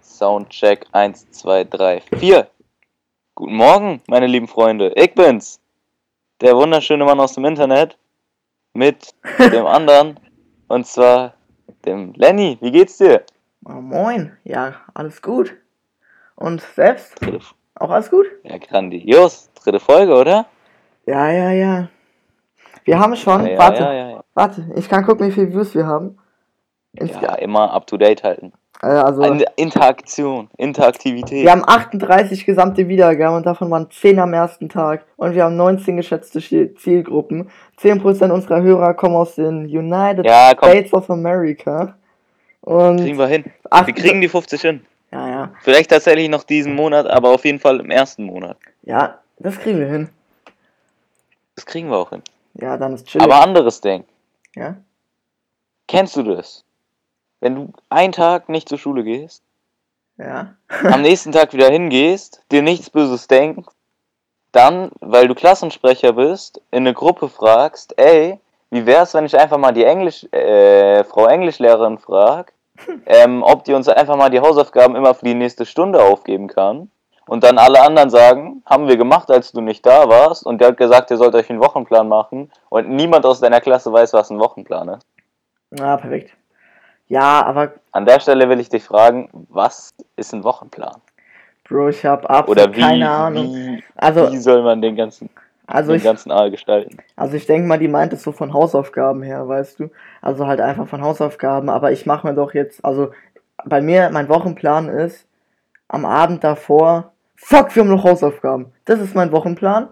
Soundcheck 1, 2, 3, 4. Guten Morgen, meine lieben Freunde. Ich bin's, der wunderschöne Mann aus dem Internet mit dem anderen, und zwar dem Lenny. Wie geht's dir? Moin, ja, alles gut. Und selbst? Dritte, Auch alles gut? ja, grandios. Dritte Folge, oder? Ja. Wir haben schon, Ja. warte, ich kann gucken, wie viele Views wir haben. Ja, immer up to date halten. Also, Interaktivität. wir haben 38 gesamte Wiedergaben und davon waren 10 am ersten Tag. Und wir haben 19 geschätzte Zielgruppen. 10% unserer Hörer kommen aus den United States of America. Und kriegen wir hin. Wir kriegen die 50 hin. Ja. Vielleicht tatsächlich noch diesen Monat, aber auf jeden Fall im ersten Monat. Ja, das kriegen wir hin. Das kriegen wir auch hin. Ja, dann ist chillig. Aber anderes Ding. Ja? Kennst du das? Wenn du einen Tag nicht zur Schule gehst, ja. am nächsten Tag wieder hingehst, dir nichts Böses denkst, dann, weil du Klassensprecher bist, in eine Gruppe fragst, ey, wie wär's, wenn ich einfach mal die Frau Englischlehrerin frag, ob die uns einfach mal die Hausaufgaben immer für die nächste Stunde aufgeben kann. Und dann alle anderen sagen, haben wir gemacht, als du nicht da warst. Und der hat gesagt, ihr sollt euch einen Wochenplan machen. Und niemand aus deiner Klasse weiß, was ein Wochenplan ist. Ah, perfekt. Ja, aber... An der Stelle will ich dich fragen, was ist ein Wochenplan? Bro, ich habe absolut keine Ahnung. Wie soll man den ganzen Aal gestalten? Also ich denke mal, die meint es so von Hausaufgaben her, weißt du? Also halt einfach von Hausaufgaben. Aber ich mache mir doch jetzt... Also bei mir, mein Wochenplan ist, am Abend davor... Fuck, wir haben noch Hausaufgaben. Das ist mein Wochenplan.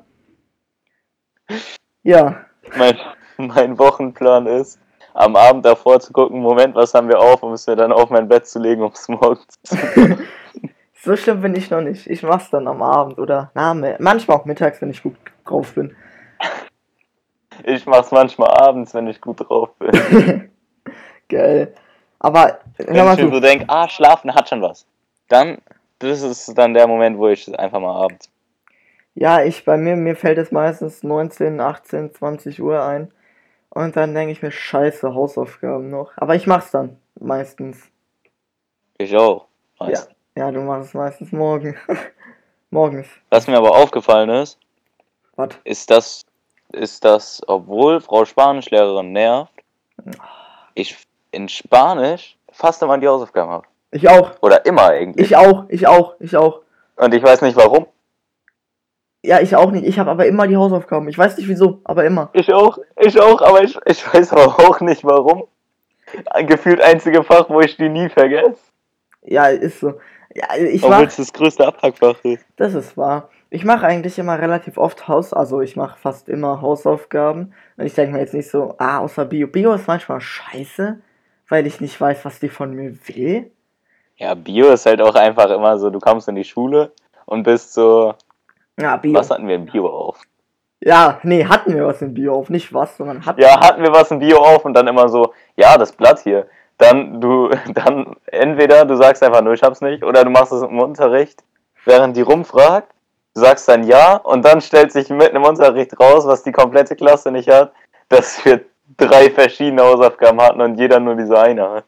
Ja. Mein Wochenplan ist, am Abend davor zu gucken, Moment, was haben wir auf, um es mir dann auf mein Bett zu legen, um es morgens zu machen. So schlimm bin ich noch nicht. Ich mach's dann am Abend oder manchmal auch mittags, wenn ich gut drauf bin. Ich mach's manchmal abends, wenn ich gut drauf bin. Geil. Aber wenn ich mir so denke, schlafen hat schon was. Dann, das ist dann der Moment, wo ich einfach mal abends. Ja, bei mir fällt es meistens 19, 18, 20 Uhr ein. Und dann denke ich mir, scheiße, Hausaufgaben noch. Aber ich mach's dann, meistens. Ich auch, meistens. Ja, du machst es meistens morgens. Was mir aber aufgefallen ist, ist das, obwohl Frau Spanischlehrerin nervt, ich in Spanisch fast immer die Hausaufgaben habe. Ich auch. Oder immer eigentlich. Ich auch. Und ich weiß nicht warum. Ja, ich auch nicht. Ich habe aber immer die Hausaufgaben. Ich weiß nicht wieso, aber immer. Ich auch, aber ich weiß aber auch nicht warum. Ein gefühlt einzige Fach, wo ich die nie vergesse. Ja, ist so. Ja, obwohl es das größte Abfuckfach ist. Das ist wahr. Ich mache eigentlich immer relativ oft ich mache fast immer Hausaufgaben. Und ich denke mir jetzt nicht so, außer Bio. Bio ist manchmal scheiße, weil ich nicht weiß, was die von mir will. Ja, Bio ist halt auch einfach immer so, du kommst in die Schule und bist so... Ja, Bio. Was hatten wir in Bio auf? Ja, nee, hatten wir was in Bio auf. Nicht was, sondern hatten wir was in Bio auf und dann immer so, ja, das Blatt hier. Dann entweder du sagst einfach nur, ich hab's nicht, oder du machst es im Unterricht, während die rumfragt, du sagst dann ja und dann stellt sich mitten im Unterricht raus, was die komplette Klasse nicht hat, dass wir 3 verschiedene Hausaufgaben hatten und jeder nur diese eine hat.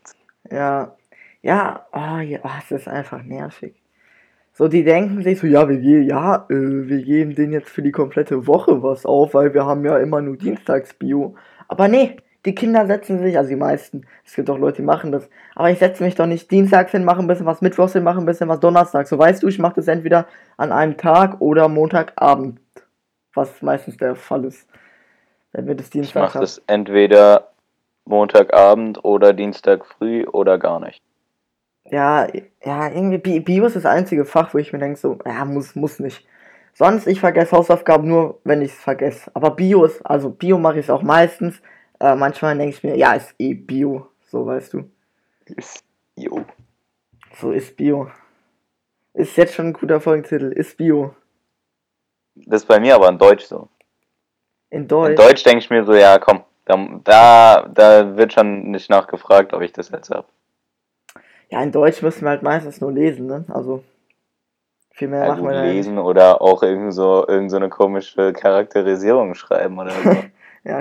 Es ist einfach nervig. So, die denken sich so, wir geben denen jetzt für die komplette Woche was auf, weil wir haben ja immer nur Dienstagsbio. Aber nee, die Kinder setzen sich, also die meisten, es gibt auch Leute, die machen das, aber ich setze mich doch nicht dienstags hin, mache ein bisschen was mittwochs hin, mache ein bisschen was donnerstags. So, weißt du, ich mache das entweder an einem Tag oder Montagabend, was meistens der Fall ist, wenn wir das Dienstag haben. Ich mache das entweder Montagabend oder Dienstag früh oder gar nicht. Ja, irgendwie Bio ist das einzige Fach, wo ich mir denke so, muss nicht. Sonst, ich vergesse Hausaufgaben nur, wenn ich es vergesse. Aber Bio mache ich es auch meistens. Manchmal denke ich mir, ist Bio. So, weißt du. Ist Bio. So, ist Bio. Ist jetzt schon ein guter Folgentitel. Ist Bio. Das ist bei mir aber in Deutsch so. In Deutsch? In Deutsch denke ich mir so, ja komm, da wird schon nicht nachgefragt, ob ich das jetzt habe. Ja, in Deutsch müssen wir halt meistens nur lesen, ne? Also, viel mehr machen wir lesen nicht. Oder auch irgend so eine komische Charakterisierung schreiben oder so. Ja,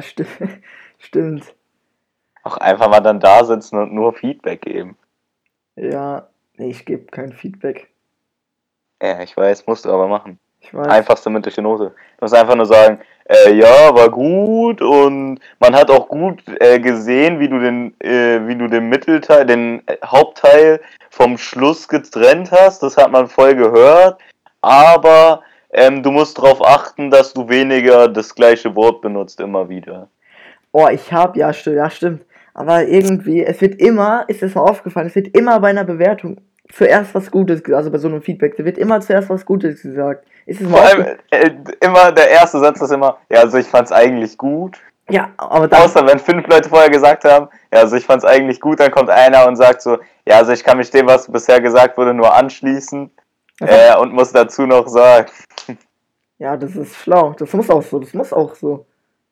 stimmt. Auch einfach mal dann da sitzen und nur Feedback geben. Ja, Nee, ich gebe kein Feedback. Ja, ich weiß, musst du aber machen. Ich weiß. Einfachste mündliche Note. Du musst einfach nur sagen, ja, war gut und man hat auch gut gesehen, wie du den Mittelteil, den Hauptteil vom Schluss getrennt hast. Das hat man voll gehört. Aber du musst darauf achten, dass du weniger das gleiche Wort benutzt immer wieder. Oh, ja, stimmt. Aber irgendwie, ist es mal aufgefallen, es wird immer bei einer Bewertung zuerst was Gutes gesagt, also bei so einem Feedback, da wird immer zuerst was Gutes gesagt. Ist es mal Vor aufgefallen? allem immer der erste Satz ist immer, ja, also ich fand's eigentlich gut. Ja, aber dann, Außer wenn 5 Leute vorher gesagt haben, ja, also ich fand's eigentlich gut, dann kommt einer und sagt so, ja, also ich kann mich dem, was bisher gesagt wurde, nur anschließen und muss dazu noch sagen. ja, das ist schlau, das muss auch so.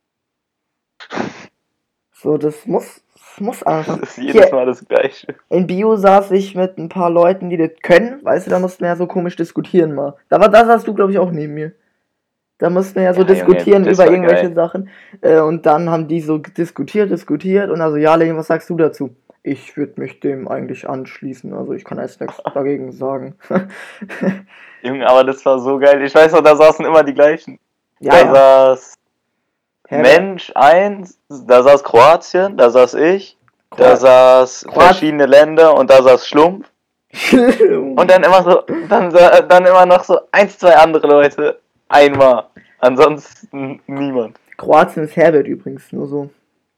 So, das muss einfach. Das ist jedes Hier, Mal das Gleiche. in Bio saß ich mit ein paar Leuten, die das können, weißt du, da mussten wir ja so komisch diskutieren mal. Da saßt du, glaube ich, auch neben mir. Da mussten wir ja so Ja, Junge, diskutieren das über war irgendwelche geil. Sachen. Und dann haben die so diskutiert und also, ja, Levin, was sagst du dazu? Ich würde mich dem eigentlich anschließen, also ich kann jetzt nichts dagegen sagen. Junge, aber das war so geil. Ich weiß noch, da saßen immer die gleichen. Ja, Da ja. saß Herbert, Mensch 1, da saß Kroatien, da saß ich, da Kroat- saß Kroat- verschiedene Länder und da saß Schlumpf. Und dann immer so, dann immer noch so 1, 2 andere Leute einmal. Ansonsten niemand. Kroatien ist Herbert übrigens, nur so.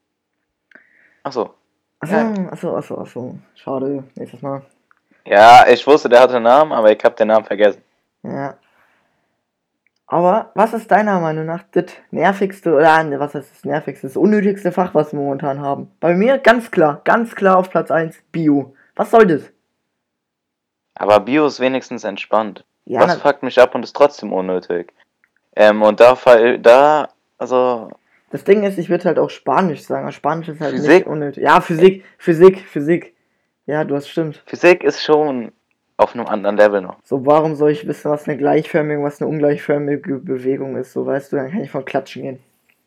Achso. Achso. Schade, nächstes Mal. Ja, ich wusste, der hatte einen Namen, aber ich hab den Namen vergessen. Ja. Aber was ist deiner Meinung nach das nervigste, oder ne, was heißt das nervigste, das unnötigste Fach, was wir momentan haben? Bei mir ganz klar auf Platz 1 Bio. Was soll das? Aber Bio ist wenigstens entspannt. Ja, Was fuckt mich ab und ist trotzdem unnötig? Und also das Ding ist, ich würde halt auch Spanisch sagen, aber Spanisch ist halt nicht Physik, unnötig. Ja, Physik. Ja, du hast stimmt. Physik ist schon auf einem anderen Level noch. So, warum soll ich wissen, was eine gleichförmige und was eine ungleichförmige Bewegung ist? So, weißt du, dann kann ich von Klatschen gehen.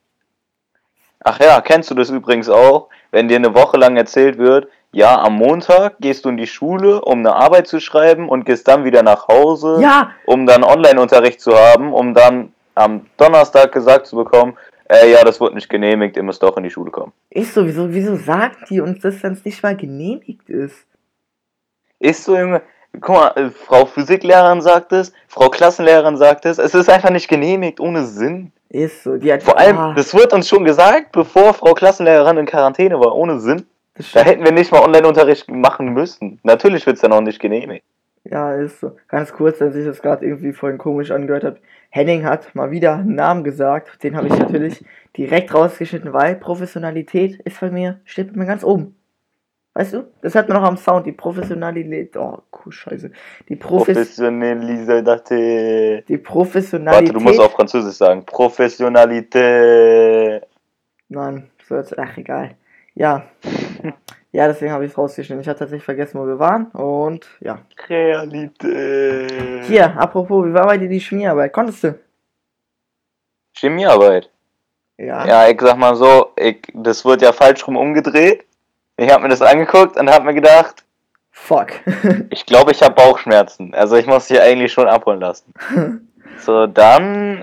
Ach ja, kennst du das übrigens auch, wenn dir eine Woche lang erzählt wird, ja, am Montag gehst du in die Schule, um eine Arbeit zu schreiben und gehst dann wieder nach Hause, Ja, um dann Online-Unterricht zu haben, um dann am Donnerstag gesagt zu bekommen, ja, das wird nicht genehmigt, ihr müsst doch in die Schule kommen. ist so, wieso sagen die uns das, wenn es nicht mal genehmigt ist? Ist so, Junge, guck mal, Frau Physiklehrerin sagt es, Frau Klassenlehrerin sagt es ist einfach nicht genehmigt, ohne Sinn. Ist so, die hat, Vor allem, das wird uns schon gesagt, bevor Frau Klassenlehrerin in Quarantäne war, ohne Sinn. das Da stimmt. hätten wir nicht mal Online-Unterricht machen müssen. Natürlich wird es dann auch nicht genehmigt. Ja, ist so. Ganz kurz, dass ich das gerade irgendwie vorhin komisch angehört habe. Henning hat mal wieder einen Namen gesagt. Den habe ich natürlich direkt rausgeschnitten, weil Professionalität ist bei mir, steht bei mir ganz oben. Weißt du? Das hört man noch am Sound. Die Professionalität. Oh, cool, scheiße. Die Professionalisate. die Warte, Professionalität. du musst auf Französisch sagen. Professionalité. Nein, so jetzt, ach, egal. Ja. Ja, deswegen habe ich es rausgeschnitten. Ich hatte tatsächlich vergessen, wo wir waren. Und ja. Realität. Hier, apropos, wie war bei dir die Schmierarbeit? Konntest du? Chemiearbeit. Ja. Ja, ich sag mal so, das wird ja falsch rum umgedreht. Ich habe mir das angeguckt und habe mir gedacht, Fuck. ich glaube, ich habe Bauchschmerzen. Also ich muss dich eigentlich schon abholen lassen. So, dann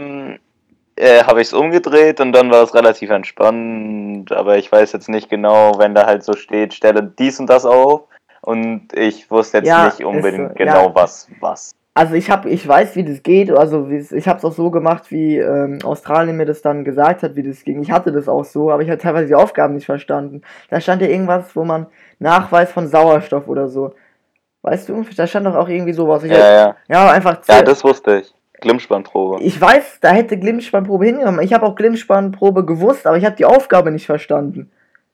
habe ich es umgedreht und dann war es relativ entspannt. Aber ich weiß jetzt nicht genau, wenn da halt so steht, stelle dies und das auf. Und ich wusste jetzt Ja, nicht ist unbedingt so, genau, ja. was. Also ich weiß, wie das geht. Also ich habe es auch so gemacht, wie Australien mir das dann gesagt hat, wie das ging. Ich hatte das auch so, aber ich hatte teilweise die Aufgaben nicht verstanden. Da stand ja irgendwas, wo man Nachweis von Sauerstoff oder so. Weißt du? Da stand doch auch irgendwie sowas. Ja. Ja, einfach Ja, das wusste ich. Glimmspannprobe. Ich weiß, da hätte Glimmspannprobe hingenommen. Ich habe auch Glimmspannprobe gewusst, aber ich habe die Aufgabe nicht verstanden.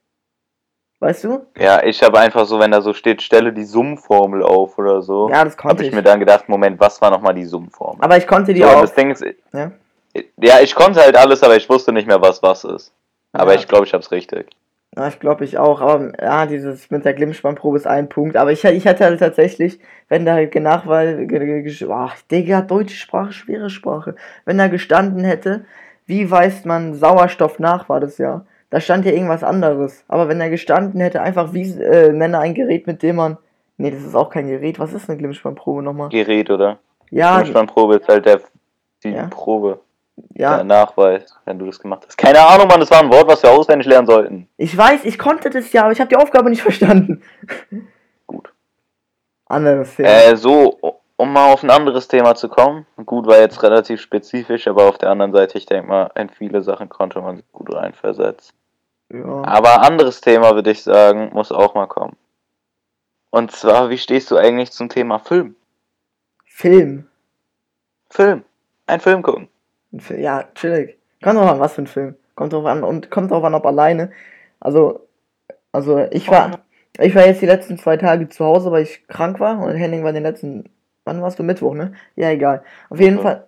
Weißt du? Ja, ich habe einfach so, wenn da so steht, stelle die Summformel auf oder so, Ja, das habe konnte ich ich. mir dann gedacht, Moment, was war nochmal die Summformel? Aber ich konnte die So, und auch. das Ding ist, Ja? ja, ich konnte halt alles, aber ich wusste nicht mehr, was ist. Aber Ja. ich glaube, ich hab's richtig. Ja, ich glaube ich auch. Aber ja, dieses mit der Glimmspannprobe ist ein Punkt. Aber ich hatte halt tatsächlich, wenn da halt ach, Digga, deutsche Sprache, schwere Sprache. Wenn da gestanden hätte, wie weist man Sauerstoff nach, war das ja. Da stand ja irgendwas anderes. Aber wenn da gestanden hätte, einfach wie nenne ein Gerät, mit dem man Nee, das ist auch kein Gerät. Was ist eine Glimmspannprobe nochmal? Gerät, oder? Ja, Glimmspannprobe ist halt die Ja. Probe, der ja. Nachweis, wenn du das gemacht hast. Keine Ahnung, Mann, das war ein Wort, was wir auswendig lernen sollten. Ich weiß, ich konnte das ja, aber ich habe die Aufgabe nicht verstanden. Gut. Anderes Thema. Um mal auf ein anderes Thema zu kommen. Gut, war jetzt relativ spezifisch, aber auf der anderen Seite, ich denke mal, in viele Sachen konnte man sich gut reinversetzen. Ja. Aber anderes Thema, würde ich sagen, muss auch mal kommen. Und zwar, wie stehst du eigentlich zum Thema Film? Film. Film. Ein Film gucken. Ja, chillig. Kommt drauf an, was für ein Film. Kommt drauf an, ob alleine. Also ich war jetzt die letzten 2 Tage zu Hause, weil ich krank war und Henning war den letzten, wann warst du? Mittwoch, ne? Ja, egal. Auf jeden Fall,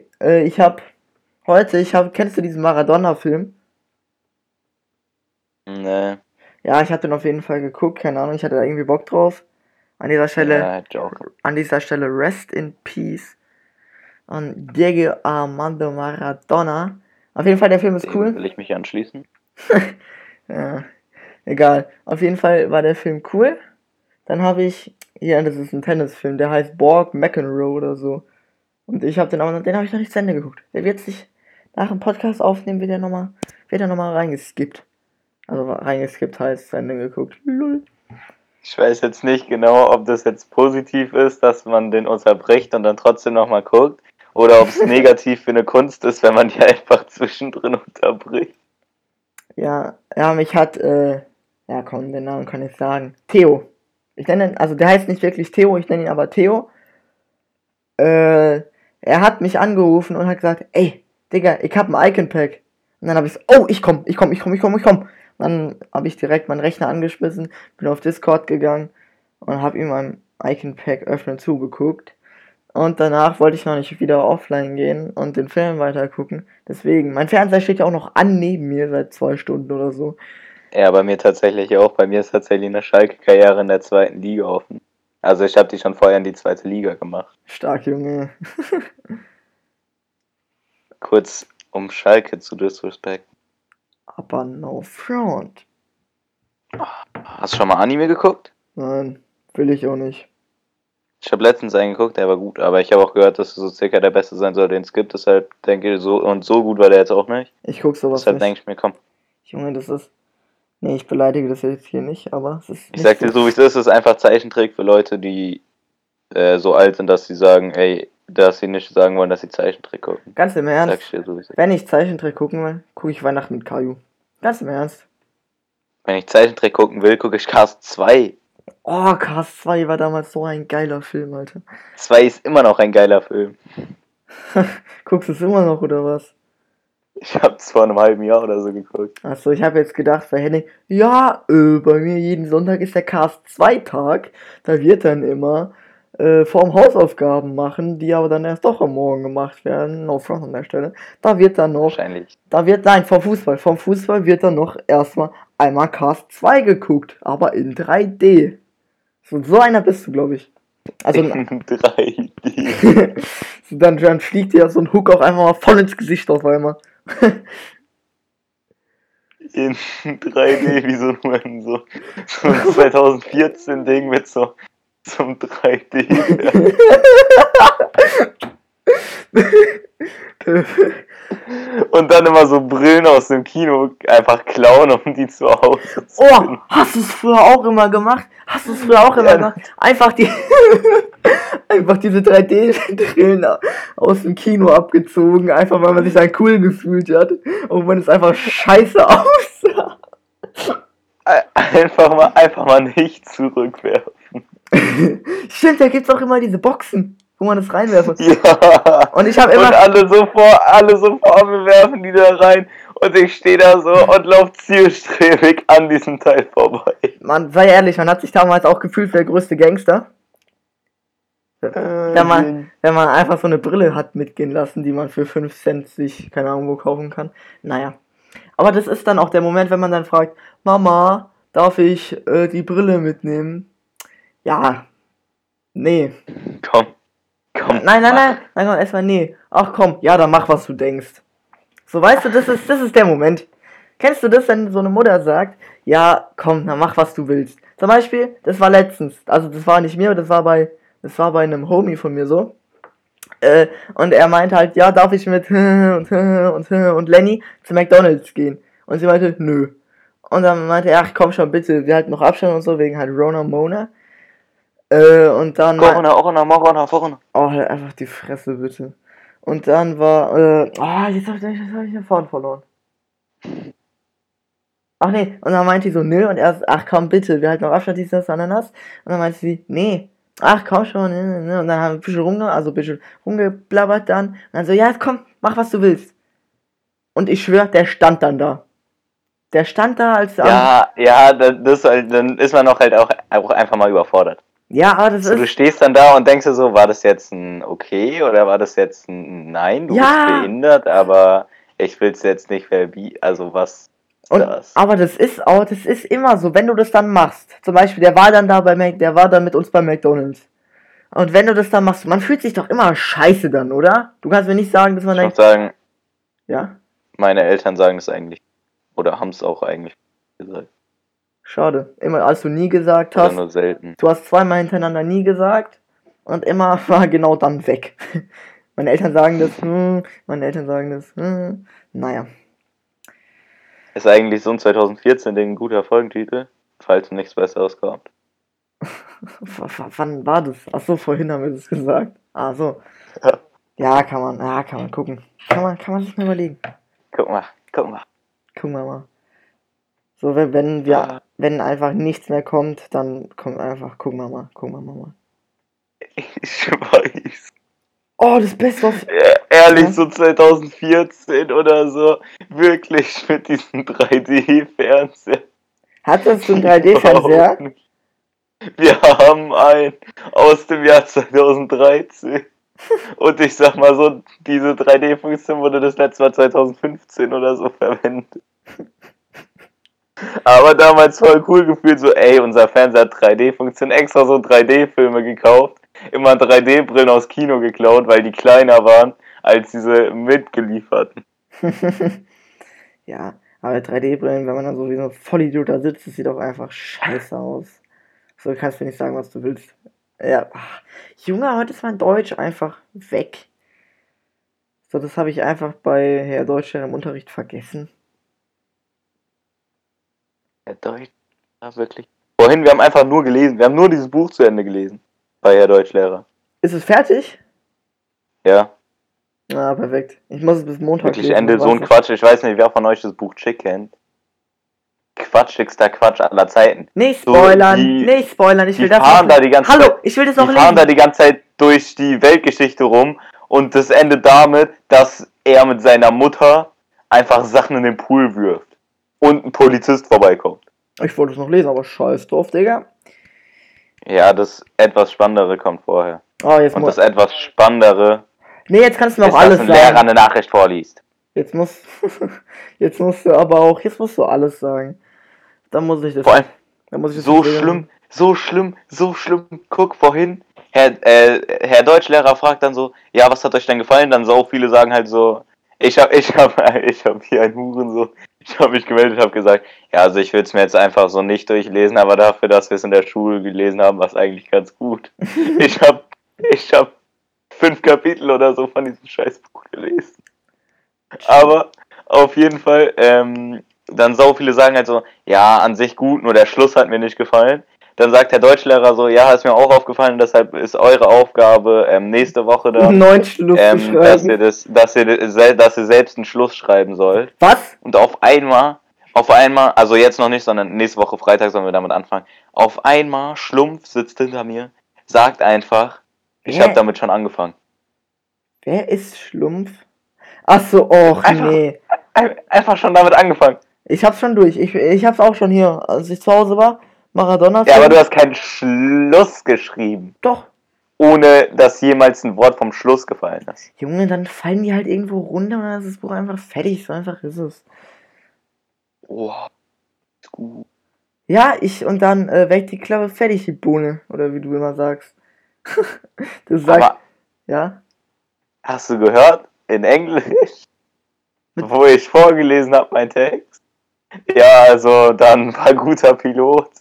kennst du diesen Maradona-Film? Nee. Ja, ich hab den auf jeden Fall geguckt, keine Ahnung, ich hatte da irgendwie Bock drauf. An dieser Stelle Rest in Peace an Diego Armando Maradona. Auf jeden Fall, der Film ist Dem cool. will ich mich anschließen. Ja, egal. Auf jeden Fall war der Film cool. Dann habe ich, das ist ein Tennisfilm, der heißt Borg McEnroe oder so. Und den habe ich noch nicht zu Ende geguckt. Der wird sich nach dem Podcast aufnehmen, wird er nochmal reingeskippt. Also reingeskippt heißt zu Ende geguckt. Lull. Ich weiß jetzt nicht genau, ob das jetzt positiv ist, dass man den unterbricht und dann trotzdem nochmal guckt. Oder ob es negativ für eine Kunst ist, wenn man die einfach zwischendrin unterbricht. Ja, mich hat, komm, den Namen kann ich sagen. Theo. Ich nenne ihn, also der heißt nicht wirklich Theo, ich nenne ihn aber Theo. Er hat mich angerufen und hat gesagt, ey, Digga, ich hab ein Icon-Pack. Und dann habe ich so, oh, ich komm. Dann habe ich direkt meinen Rechner angeschmissen, bin auf Discord gegangen und habe ihm mein Icon-Pack öffnen zugeguckt. Und danach wollte ich noch nicht wieder offline gehen und den Film weiter gucken. Deswegen, mein Fernseher steht ja auch noch an neben mir seit 2 Stunden oder so. Ja, bei mir tatsächlich auch. Bei mir ist tatsächlich eine Schalke-Karriere in der 2. Liga offen. Also ich habe die schon vorher in die 2. Liga gemacht. Stark, Junge. Kurz um Schalke zu disrespekten. Aber no front. Hast du schon mal Anime geguckt? Nein, will ich auch nicht. Ich habe letztens einen geguckt, der war gut, aber ich habe auch gehört, dass es so circa der beste sein soll, den es gibt. Deshalb denke ich, so gut war der jetzt auch nicht. Ich guck sowas Deshalb nicht. denke ich mir, komm. Junge, das ist... Nee, ich beleidige das jetzt hier nicht, aber es ist... Ich sag dir so, wie es ist einfach Zeichentrick für Leute, die so alt sind, dass sie sagen, ey, dass sie nicht sagen wollen, dass sie Zeichentrick gucken. Ganz im Ernst, Sag ich dir so, wie es ist. wenn ich Zeichentrick gucken will, gucke ich Weihnachten mit Caillou. Ganz im Ernst. Wenn ich Zeichentrick gucken will, gucke ich Cast 2. Oh, Cars 2 war damals so ein geiler Film, Alter. 2 ist immer noch ein geiler Film. Guckst du es immer noch, oder was? Ich hab's vor einem halben Jahr oder so geguckt. Achso, ich habe jetzt gedacht bei Henning, ja, bei mir jeden Sonntag ist der Cast 2 Tag. Da wird dann immer vorm Hausaufgaben machen, die aber dann erst doch am Morgen gemacht werden. No front an der Stelle. Da wird dann noch, Wahrscheinlich. vom Fußball wird dann noch erstmal einmal Cast 2 geguckt, aber in 3D. So einer bist du, glaube ich. Also In 3D. dann fliegt dir ja so ein Hook auch einfach mal voll ins Gesicht auf einmal. In 3D, wie so ein 2014 Ding mit so zum 3D. Und dann immer so Brillen aus dem Kino einfach klauen, um die zu Hause zu Oh, hast du es früher auch immer gemacht? Einfach diese 3D-Brillen aus dem Kino abgezogen, einfach weil man sich dann cool gefühlt hat und man es einfach scheiße aussah. Einfach mal nicht zurückwerfen. Stimmt, da gibt's auch immer diese Boxen, wo man das reinwerfen. Ja. Und ich habe immer... Und alle so vor mir werfen die da rein und ich stehe da so und laufe zielstrebig an diesem Teil vorbei. Man, sei ehrlich, man hat sich damals auch gefühlt wie der größte Gangster. Wenn man einfach so eine Brille hat mitgehen lassen, die man für 5 Cent sich, keine Ahnung, wo kaufen kann. Naja. Aber das ist dann auch der Moment, wenn man dann fragt, Mama, darf ich die Brille mitnehmen? Ja. Nee. Komm. Nein, komm, erstmal nee. Ach komm, ja, dann mach, was du denkst. So, weißt du, das ist der Moment. Kennst du das, wenn so eine Mutter sagt, ja, komm, dann mach, was du willst. Zum Beispiel, das war letztens, also das war nicht mir, das war bei einem Homie von mir so. Und er meinte halt, ja, darf ich mit und Lenny zu McDonalds gehen? Und sie meinte, nö. Und dann meinte er, ach komm schon, bitte, wir halten noch Abstand und so, wegen halt Rona Mona. Und dann... Corona. Oh, halt einfach die Fresse, bitte. Und dann war, jetzt hab ich den Faden verloren. Ach nee, und dann meinte sie so, nö, und er so, ach komm, bitte, wir halten noch Abstand, dies, das, Ananas. Und dann meinte sie, nee, ach komm schon, ne. Und dann haben wir ein bisschen rumgeblabbert dann. Und dann so, ja, komm, mach was du willst. Und ich schwör, der stand dann da. Der stand da als... Ja, das halt, dann ist man halt auch einfach mal überfordert. Ja, aber das So, du ist... stehst dann da und denkst dir so, war das jetzt ein Okay oder war das jetzt ein Nein? Du bist behindert, aber ich will es jetzt nicht verbieten. Also was ist das? Aber das ist immer so, wenn du das dann machst. Zum Beispiel, der war dann mit uns bei McDonalds. Und wenn du das dann machst, man fühlt sich doch immer scheiße dann, oder? Du kannst mir nicht sagen, dass man Ich muss denkt... sagen, Ja? meine Eltern sagen das eigentlich. Oder haben es auch eigentlich gesagt. Schade. Immer, als du nie gesagt Oder hast. nur selten. Du hast zweimal hintereinander nie gesagt. Und immer war genau dann weg. Meine Eltern sagen das, naja. Ist eigentlich so ein 2014 ein guter Folgentitel, falls nichts Besseres kommt. Wann war das? Achso, vorhin haben wir das gesagt. Ah, so. Ja. Ja, kann man gucken. Kann man sich mal überlegen. Guck mal. Gucken wir mal. So, wenn einfach nichts mehr kommt, dann kommt einfach, gucken wir mal. Ich weiß. Oh, das Beste, was... Ehrlich, so 2014 oder so, wirklich mit diesem 3D-Fernseher. Hattest du einen 3D-Fernseher? Wir haben einen aus dem Jahr 2013. Und ich sag mal so, diese 3D-Funktion wurde das letzte Mal 2015 oder so verwendet. Aber damals voll cool gefühlt, so ey, unser Fernseher hat 3D-Funktion, extra so 3D-Filme gekauft, immer 3D-Brillen aus Kino geklaut, weil die kleiner waren als diese mitgelieferten. Ja, aber 3D-Brillen, wenn man dann so wie so ein Vollidiot da sitzt, das sieht auch einfach scheiße aus. So kannst du nicht sagen, was du willst. Ja, Junge, heute ist mein Deutsch einfach weg. So, das habe ich einfach bei Herr Deutschlehrer im Unterricht vergessen. Herr Deutsch, ja, wirklich. Vorhin, wir haben einfach nur gelesen, wir haben nur dieses Buch zu Ende gelesen. Bei Herr Deutschlehrer. Ist es fertig? Ja. Ah, perfekt. Ich muss es bis Montag Wirklich lesen. Ende, so ein Quatsch. Ich weiß nicht, wer von euch das Buch Chick kennt. Quatschigster Quatsch aller Zeiten. Nicht spoilern, ich will das fahren da die ganze Hallo, Zeit, ich will das noch die lesen. fahren da die ganze Zeit durch die Weltgeschichte rum und das endet damit, dass er mit seiner Mutter einfach Sachen in den Pool wirft und ein Polizist vorbeikommt. Ich wollte es noch lesen, aber scheiß drauf, Digga. Ja, das etwas Spannendere kommt vorher. Oh, jetzt Und das etwas Spannendere Nee, jetzt kannst du noch ist, alles dass ein sagen. Lehrer eine Nachricht vorliest. Jetzt musst du alles sagen. Dann muss ich das. Vor allem, dann muss ich das so schlimm. Guck, vorhin, Herr Deutschlehrer fragt dann so, ja, was hat euch denn gefallen? Dann so viele sagen halt so, ich hab hier einen Hurensohn. Ich habe mich gemeldet, habe gesagt, ja, also ich will es mir jetzt einfach so nicht durchlesen, aber dafür, dass wir es in der Schule gelesen haben, war es eigentlich ganz gut. Ich hab 5 Kapitel oder so von diesem Scheißbuch gelesen. Aber auf jeden Fall, dann so viele sagen halt so, ja, an sich gut, nur der Schluss hat mir nicht gefallen. Dann sagt der Deutschlehrer so, ja, ist mir auch aufgefallen, deshalb ist eure Aufgabe nächste Woche dann, 9 Schluss zu schreiben. dass ihr selbst einen Schluss schreiben sollt. Was? Und auf einmal, also jetzt noch nicht, sondern nächste Woche Freitag sollen wir damit anfangen. Auf einmal, Schlumpf sitzt hinter mir, sagt einfach, ich habe damit schon angefangen. Wer ist Schlumpf? Achso, nee. Einfach schon damit angefangen. Ich hab's schon durch. Ich hab's auch schon hier, als ich zu Hause war. Maradona. Ja, aber du hast keinen Schluss geschrieben. Doch. Ohne, dass jemals ein Wort vom Schluss gefallen ist. Junge, dann fallen die halt irgendwo runter und dann ist das Buch einfach fertig. So einfach ist es. Oh, ist gut. Ja, und dann weg die Klappe fertig, die Bohne. Oder wie du immer sagst. Du sagst. Aber ja? Hast du gehört? In Englisch? Wo ich vorgelesen habe, mein Text? Ja, also dann war guter Pilot.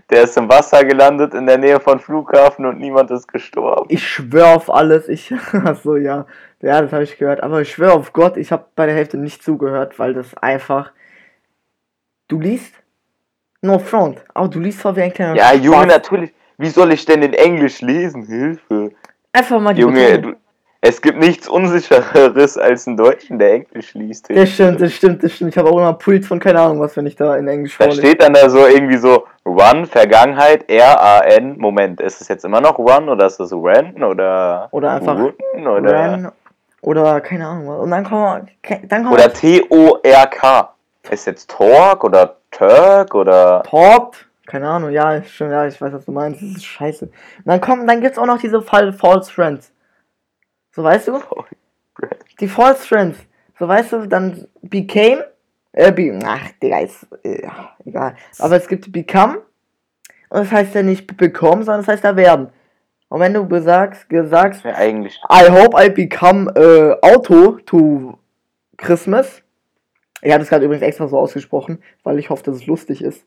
Der ist im Wasser gelandet in der Nähe von Flughafen und niemand ist gestorben. Ich schwör auf alles, achso, ja. Ja, das habe ich gehört. Aber ich schwör auf Gott, ich habe bei der Hälfte nicht zugehört, weil das einfach... Du liest? No front. Aber du liest zwar wie ein kleiner Ja, Junge, Spaß. natürlich. Wie soll ich denn in Englisch lesen? Hilfe. Einfach mal die Junge, Betonung. es gibt nichts Unsichereres als einen Deutschen, der Englisch liest. Das stimmt. Ich habe auch immer Puls von keine Ahnung was, wenn ich da in Englisch Da vorlese. steht dann da so irgendwie so Run, Vergangenheit, R-A-N. Moment, ist es jetzt immer noch Run oder ist es Ren oder Oder einfach Run oder Ran oder keine Ahnung was. Und dann kommen oder T-O-R-K. Ist jetzt Talk oder Turk oder Talked. Keine Ahnung, ja, schon, ja, ich weiß, was du meinst. Das ist scheiße. Und dann gibt's auch noch diese False Friends. So, weißt du? Die False Friends. So, weißt du, dann became. Ach, Digga, ist. Egal. Aber es gibt become. Und das heißt ja nicht become, sondern das heißt ja werden. Und wenn du sagst, ja, eigentlich I hope I become auto to Christmas. Ich habe das gerade übrigens extra so ausgesprochen, weil ich hoffe, dass es lustig ist.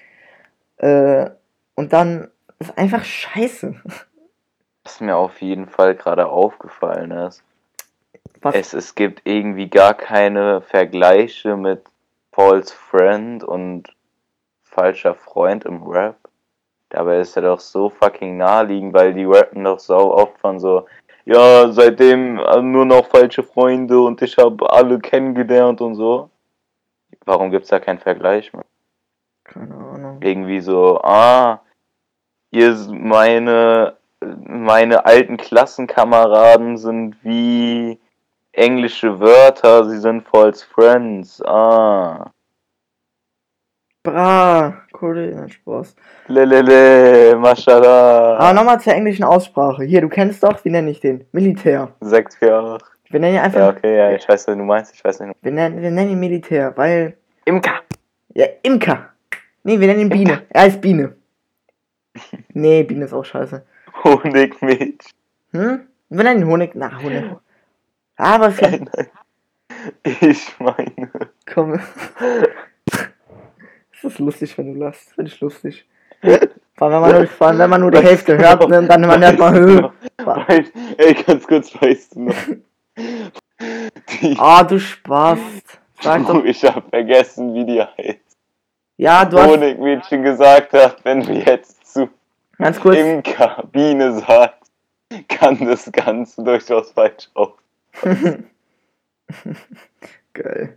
Und dann ist einfach scheiße. was mir auf jeden Fall gerade aufgefallen ist. Was? Es gibt irgendwie gar keine Vergleiche mit False Friend und falscher Freund im Rap. Dabei ist er doch so fucking naheliegend, weil die rappen doch so oft von so, ja, seitdem nur noch falsche Freunde und ich habe alle kennengelernt und so. Warum gibt's da keinen Vergleich mehr? Keine Ahnung. Irgendwie so, meine alten Klassenkameraden sind wie englische Wörter, sie sind false friends. Bra, Korea, Spaß. Lelele, mashallah. Aber nochmal zur englischen Aussprache. Hier, du kennst doch, wie nenne ich den? Militär. 648. Wir nennen ihn einfach. Ja, okay, ja, ich weiß, was du meinst, ich weiß nicht. Wir nennen ihn Militär, weil. Imker. Ja, Imker. Nee, wir nennen ihn Biene. Er heißt Biene. Nee, Biene ist auch scheiße. Honigmilch. Wir nennen ihn Honig. Na, Honig. Aber für. Nein, nein. Ich meine. Komm. Das ist lustig, wenn du lachst. Finde ich lustig. Vor allem, wenn man nur die Hälfte hört, ne, dann hört man Höhe. Ey, ganz kurz, weißt du noch? Du Spast. Sag doch. Ich hab vergessen, wie die heißt. Ja, du hast. Honigmädchen gesagt hat, wenn du jetzt zu Ganz kurz. Imker Biene sagst, kann das Ganze durchaus falsch aussehen. Geil.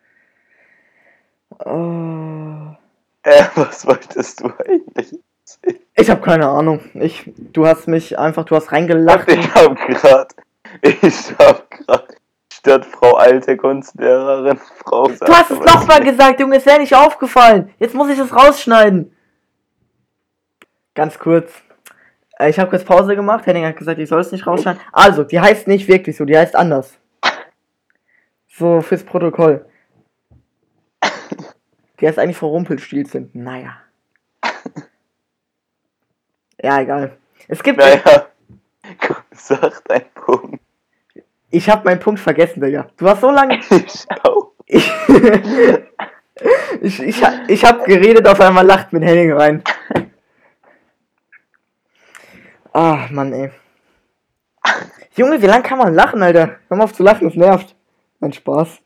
Oh. Was wolltest du eigentlich? Ich habe keine Ahnung. Du hast reingelacht. Ich hab grad statt Frau alte Kunstlehrerin, Frau Du hast es nochmal gesagt, Junge, ist ja nicht aufgefallen. Jetzt muss ich es rausschneiden. Ganz kurz. Ich habe kurz Pause gemacht. Henning hat gesagt, ich soll es nicht rausschneiden. Also, die heißt nicht wirklich so, die heißt anders. So, fürs Protokoll. Die heißt eigentlich Frau Rumpelstilzchen. Naja. Ja, egal. Es gibt. Naja, sag deinen Punkt. Ich hab meinen Punkt vergessen, Digga. Du hast so lange. Ich auch. Ich hab geredet, auf einmal lacht mit Henning rein. Mann, ey. Junge, wie lange kann man lachen, Alter? Hör mal auf zu lachen, das nervt. Mein Spaß.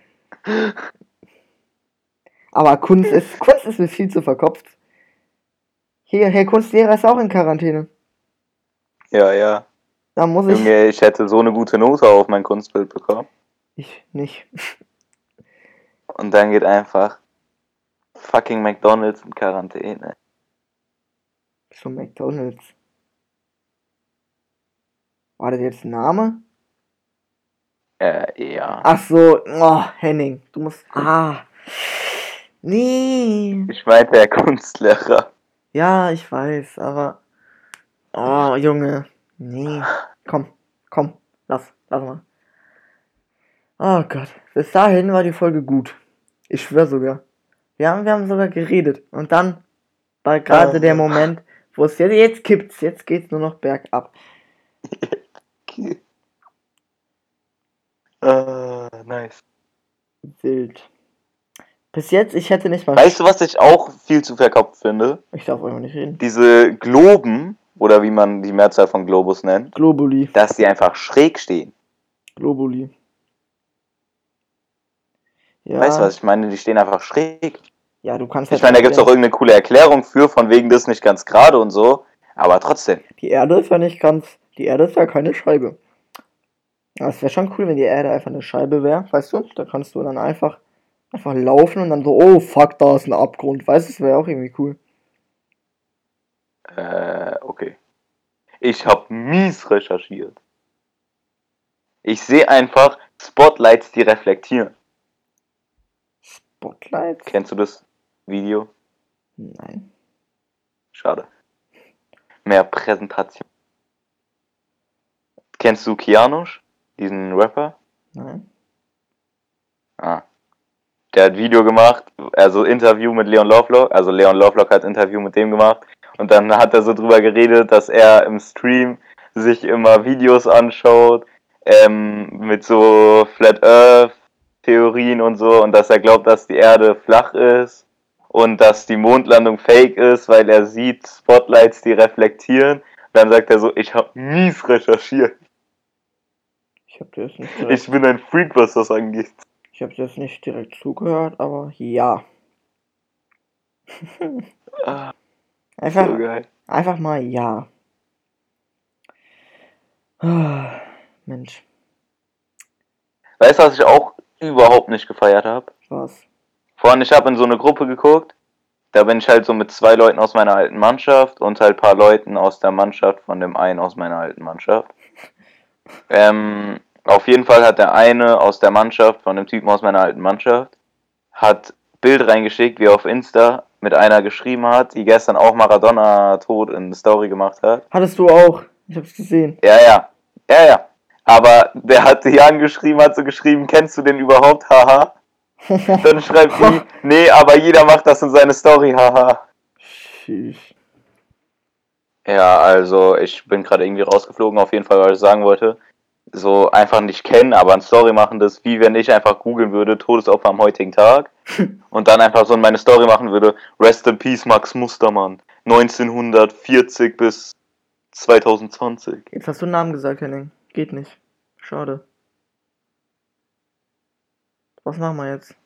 Aber Kunst ist mir viel zu verkopft. Hier, Herr Kunstlehrer ist auch in Quarantäne. Ja. Da muss ich. Junge, ich hätte so eine gute Note auf mein Kunstbild bekommen. Ich nicht. Und dann geht einfach fucking McDonald's in Quarantäne. So McDonald's. War das jetzt ein Name? Ja. Ach so, Henning, du musst. Nee. Ich meinte der Kunstlehrer. Ja, ich weiß, aber. Junge. Nee. Komm, lass mal. Oh Gott. Bis dahin war die Folge gut. Ich schwör sogar. Wir haben sogar geredet. Und dann war gerade der Moment, wo es jetzt kippt's. Jetzt geht's nur noch bergab. Nice. Wild. Bis jetzt, ich hätte nicht mal... Weißt du, was ich auch viel zu verkopft finde? Ich darf einfach nicht reden. Diese Globen, oder wie man die Mehrzahl von Globus nennt, Globuli. dass die einfach schräg stehen. Globuli. Ja. Weißt du, was ich meine? Die stehen einfach schräg. Ja, du kannst Ich meine, da gibt es auch irgendeine coole Erklärung für, von wegen das nicht ganz gerade und so. Aber trotzdem. Die Erde ist ja nicht ganz... Die Erde ist ja keine Scheibe. Ja, es wäre schon cool, wenn die Erde einfach eine Scheibe wäre, weißt du? Da kannst du dann einfach laufen und dann so, oh fuck, da ist ein Abgrund. Weißt du, das wäre auch irgendwie cool. Okay. Ich habe mies recherchiert. Ich sehe einfach Spotlights, die reflektieren. Spotlights? Kennst du das Video? Nein. Schade. Mehr Präsentation. Kennst du Kianush? Diesen Rapper? Nein. Ah. Der hat Video gemacht, also Interview mit Leon Lovelock. Also Leon Lovelock hat Interview mit dem gemacht. Und dann hat er so drüber geredet, dass er im Stream sich immer Videos anschaut, mit so Flat Earth Theorien und so, und dass er glaubt, dass die Erde flach ist und dass die Mondlandung fake ist, weil er sieht Spotlights, die reflektieren. Dann sagt er so, ich habe mies recherchiert. Ich habe dir das nicht direkt... Ich bin ein Freak, was das angeht. Ich habe dir das nicht direkt zugehört, aber ja. Einfach, So geil. einfach mal ja. Mensch, Weißt du, was ich auch überhaupt nicht gefeiert habe? was? Vorhin, ich habe in so eine Gruppe geguckt. Da bin ich halt so mit 2 Leuten aus meiner alten Mannschaft und halt ein paar Leuten aus der Mannschaft von dem einen aus meiner alten Mannschaft. Auf jeden Fall hat der eine aus der Mannschaft, von dem Typen aus meiner alten Mannschaft, hat Bild reingeschickt, wie er auf Insta mit einer geschrieben hat, die gestern auch Maradona tot in der Story gemacht hat. Hattest du auch? Ich hab's gesehen. Ja. Aber der hat sie angeschrieben, hat so geschrieben, kennst du den überhaupt? Haha. Dann schreibt die, nee, aber jeder macht das in seine Story, haha. Tschüss. Ja, also ich bin gerade irgendwie rausgeflogen, auf jeden Fall, weil ich sagen wollte, so einfach nicht kennen, aber ein Story machen, das wie wenn ich einfach googeln würde, Todesopfer am heutigen Tag und dann einfach so in meine Story machen würde, Rest in Peace Max Mustermann, 1940 bis 2020. Jetzt hast du einen Namen gesagt, Henning. Geht nicht. Schade. Was machen wir jetzt?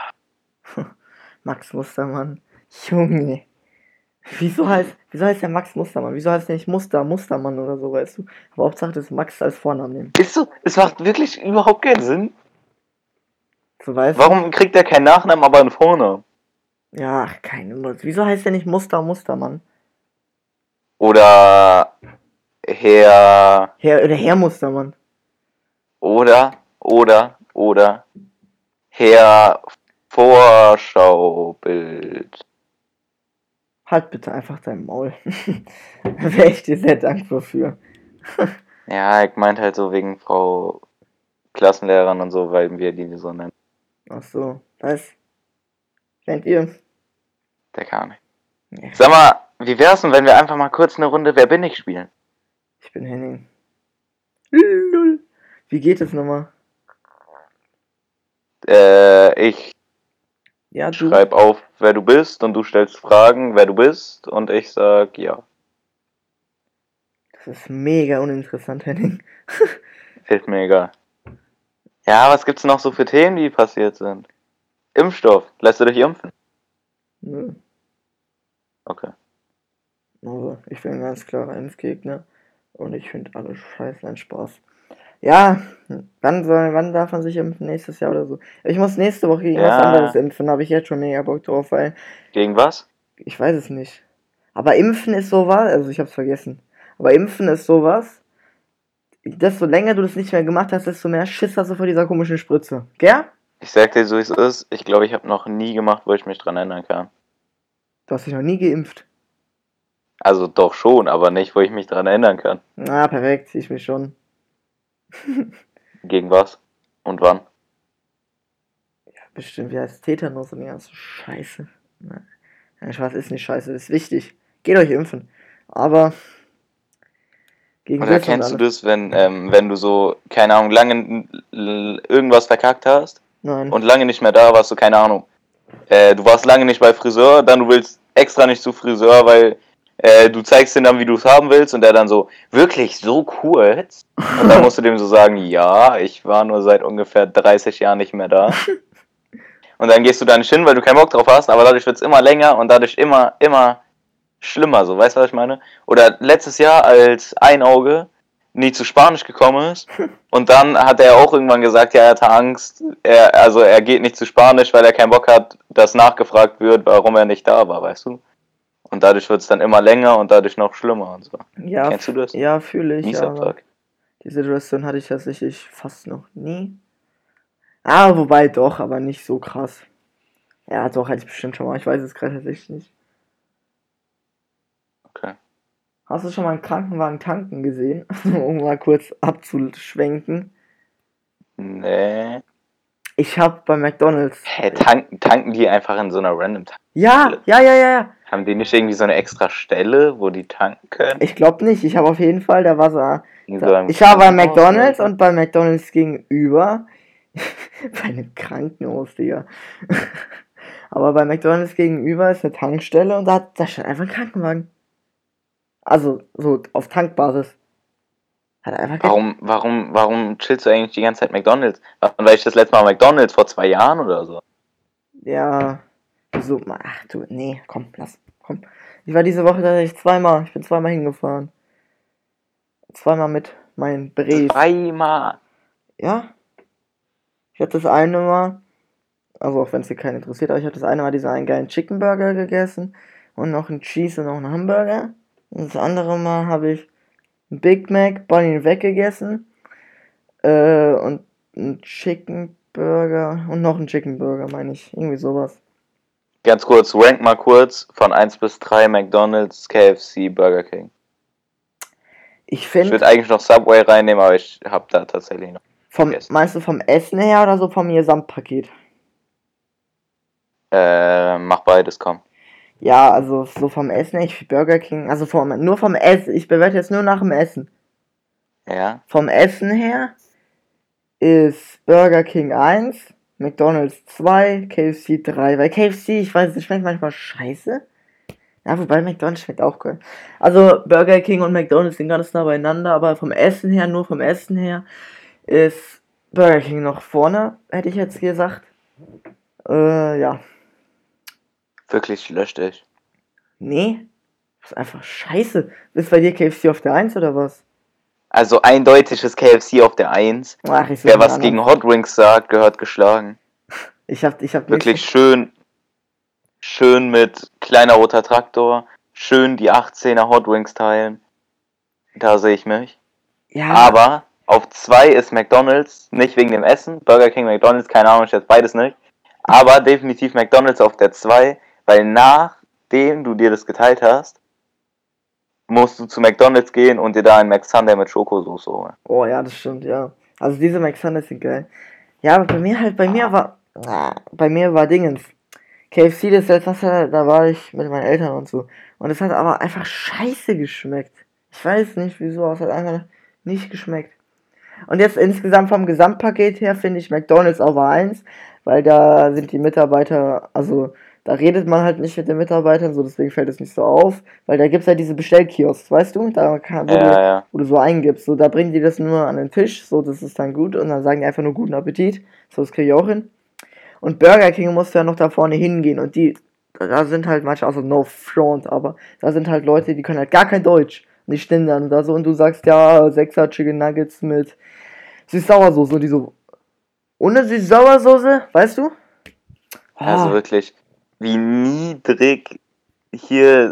Max Mustermann. Junge. Wieso heißt der Max Mustermann? Wieso heißt der nicht Mustermann oder so, weißt du? Aber Hauptsache das Max als Vornamen nehmen. Ist so, es macht wirklich überhaupt keinen Sinn. So, weißt Warum kriegt er keinen Nachnamen, aber einen Vornamen? du? Ja, keine Ahnung. Wieso heißt der nicht Mustermann? Oder Herr Mustermann. Oder Herr Vorschaubild. Halt bitte einfach dein Maul. Wäre ich dir sehr dankbar für. Ja, ich meinte halt so wegen Frau Klassenlehrerin und so, weil wir die so nennen. Ach so, was? Kennt ihr? Der kann nicht. Ja. Sag mal, wie wär's denn, wenn wir einfach mal kurz eine Runde Wer bin ich spielen? Ich bin Henning. Lul. Wie geht es nochmal? Ich Ja, du. schreib auf, wer du bist, und du stellst Fragen, wer du bist, und ich sag ja. Das ist mega uninteressant, Henning. Ist mir egal. Ja, was gibt's noch so für Themen, die passiert sind? Impfstoff. Lässt du dich impfen? Nö. Okay. Also, ich bin ein ganz klarer Impfgegner. Und ich finde alles scheiße ein Spaß. Ja, wann darf man sich impfen? Nächstes Jahr oder so. Ich muss nächste Woche gegen was Ja. anderes impfen, habe ich jetzt schon mega Bock drauf, weil Gegen was? ich weiß es nicht. Aber Impfen ist sowas, also ich hab's vergessen. Aber Impfen ist sowas, desto länger du das nicht mehr gemacht hast, desto mehr Schiss hast du vor dieser komischen Spritze. Gell? Ich sag dir so, wie es ist. Ich glaube, ich habe noch nie gemacht, wo ich mich dran erinnern kann. Du hast dich noch nie geimpft. Also doch schon, aber nicht, wo ich mich dran erinnern kann. Na, perfekt, ich mich schon. Gegen was? Und wann? Ja, bestimmt, wie heißt Tetanus und die ganze Scheiße. Nein, Spaß ist nicht scheiße, das ist wichtig. Geht euch impfen. Aber gegen Oder das und kennst du alles. das, wenn du so, keine Ahnung, lange irgendwas verkackt hast Nein. und lange nicht mehr da warst, so keine Ahnung, Du warst lange nicht bei Friseur, dann du willst extra nicht zu Friseur, weil du zeigst ihm dann, wie du es haben willst und der dann so, wirklich so kurz? Und dann musst du dem so sagen, ja, ich war nur seit ungefähr 30 Jahren nicht mehr da. Und dann gehst du da nicht hin, weil du keinen Bock drauf hast, aber dadurch wird es immer länger und dadurch immer schlimmer, so, weißt du, was ich meine? Oder letztes Jahr, als ein Auge nie zu Spanisch gekommen ist und dann hat er auch irgendwann gesagt, ja, er hatte Angst, er geht nicht zu Spanisch, weil er keinen Bock hat, dass nachgefragt wird, warum er nicht da war, weißt du? Und dadurch wird es dann immer länger und dadurch noch schlimmer und so. Ja, Kennst du das? ja, fühle ich, Mieser aber Fuck. die Situation hatte ich tatsächlich fast noch nie. Ah, wobei doch, aber nicht so krass. Ja, doch, hatte ich bestimmt schon mal. Ich weiß es gerade tatsächlich nicht. Okay. Hast du schon mal einen Krankenwagen tanken gesehen? Um mal kurz abzuschwenken. Nee. Ich habe bei McDonald's. Hä, tanken die einfach in so einer random Ja, ja. Haben die nicht irgendwie so eine extra Stelle, wo die tanken können? Ich glaube nicht. Ich habe auf jeden Fall, da war so. In so einem Ich war bei Krankenhaus McDonald's oder so? und bei McDonald's gegenüber. Bei einem Krankenhaus, Digga. Aber bei McDonald's gegenüber ist eine Tankstelle und da stand einfach ein Krankenwagen. Also so auf Tankbasis. Hat einfach Warum chillst du eigentlich die ganze Zeit McDonald's? Wann war ich das letzte Mal McDonald's? Vor 2 Jahren oder so? Ja. So, ach du, nee, komm, lass. Komm. Ich war diese Woche tatsächlich zweimal. Ich bin zweimal hingefahren. Zweimal mit meinen Brees. 2-mal. Ja. Ich hatte das eine Mal, also auch wenn es dir keinen interessiert, aber ich hatte das eine Mal diesen einen geilen Chicken Burger gegessen und noch einen Cheese und noch einen Hamburger. Und das andere Mal habe ich einen Big Mac, Bunny weggegessen und einen Chicken Burger und noch einen Chicken Burger, meine ich. Irgendwie sowas. Ganz kurz, rank mal kurz von 1 bis 3 McDonald's, KFC, Burger King. Ich Ich finde, würde eigentlich noch Subway reinnehmen, aber ich habe da tatsächlich noch vergessen. meinst du vom Essen her oder so vom Gesamtpaket? Mach beides, komm. Ja, also so vom Essen her, ich finde Burger King, also nur vom Essen, ich bewerte jetzt nur nach dem Essen. Ja? Vom Essen her ist Burger King 1, McDonald's 2, KFC 3. Weil KFC, ich weiß, es schmeckt manchmal scheiße. Ja, wobei McDonald's schmeckt auch geil. Also Burger King und McDonald's sind ganz nah beieinander, aber vom Essen her, nur vom Essen her, ist Burger King noch vorne, hätte ich jetzt gesagt. Ja. Wirklich, lösch dich. Nee. Das ist einfach scheiße. Ist bei dir KFC auf der 1 oder was? Also eindeutig ist KFC auf der 1. Ach, ich Wer was gegen Hot Wings sagt, gehört geschlagen. Ich hab Wirklich schön mit kleiner roter Traktor, schön die 18er Hot Wings teilen. Da sehe ich mich. Ja. Aber auf 2 ist McDonald's, nicht wegen dem Essen. Burger King, McDonald's, keine Ahnung, ich jetzt beides nicht. Aber definitiv McDonald's auf der 2, weil nachdem du dir das geteilt hast, musst du zu McDonald's gehen und dir da einen McSunday mit Schokosauce holen. Oh ja, das stimmt, ja. Also diese McSundays sind geil. Ja, aber bei mir war Dingens. KFC, das letzte Mal, da war ich mit meinen Eltern und so. Und es hat aber einfach scheiße geschmeckt. Ich weiß nicht wieso, aber es hat einfach nicht geschmeckt. Und jetzt insgesamt vom Gesamtpaket her finde ich McDonald's auf 1, weil da sind die Mitarbeiter, also da redet man halt nicht mit den Mitarbeitern, so deswegen fällt es nicht so auf, weil da gibt es halt diese Bestellkiosks, weißt du, Ja. wo du so eingibst, so da bringen die das nur an den Tisch, so das ist dann gut und dann sagen die einfach nur guten Appetit, so das kriege ich auch hin. Und Burger King musst du ja noch da vorne hingehen und da sind halt manche, also no front, aber da sind halt Leute, die können halt gar kein Deutsch. Und die stehen dann da so und du sagst, ja, 6er Chicken Nuggets mit Süß-Sauersoße und die so, ohne Süß-Sauersoße, weißt du? Also wirklich, wie niedrig hier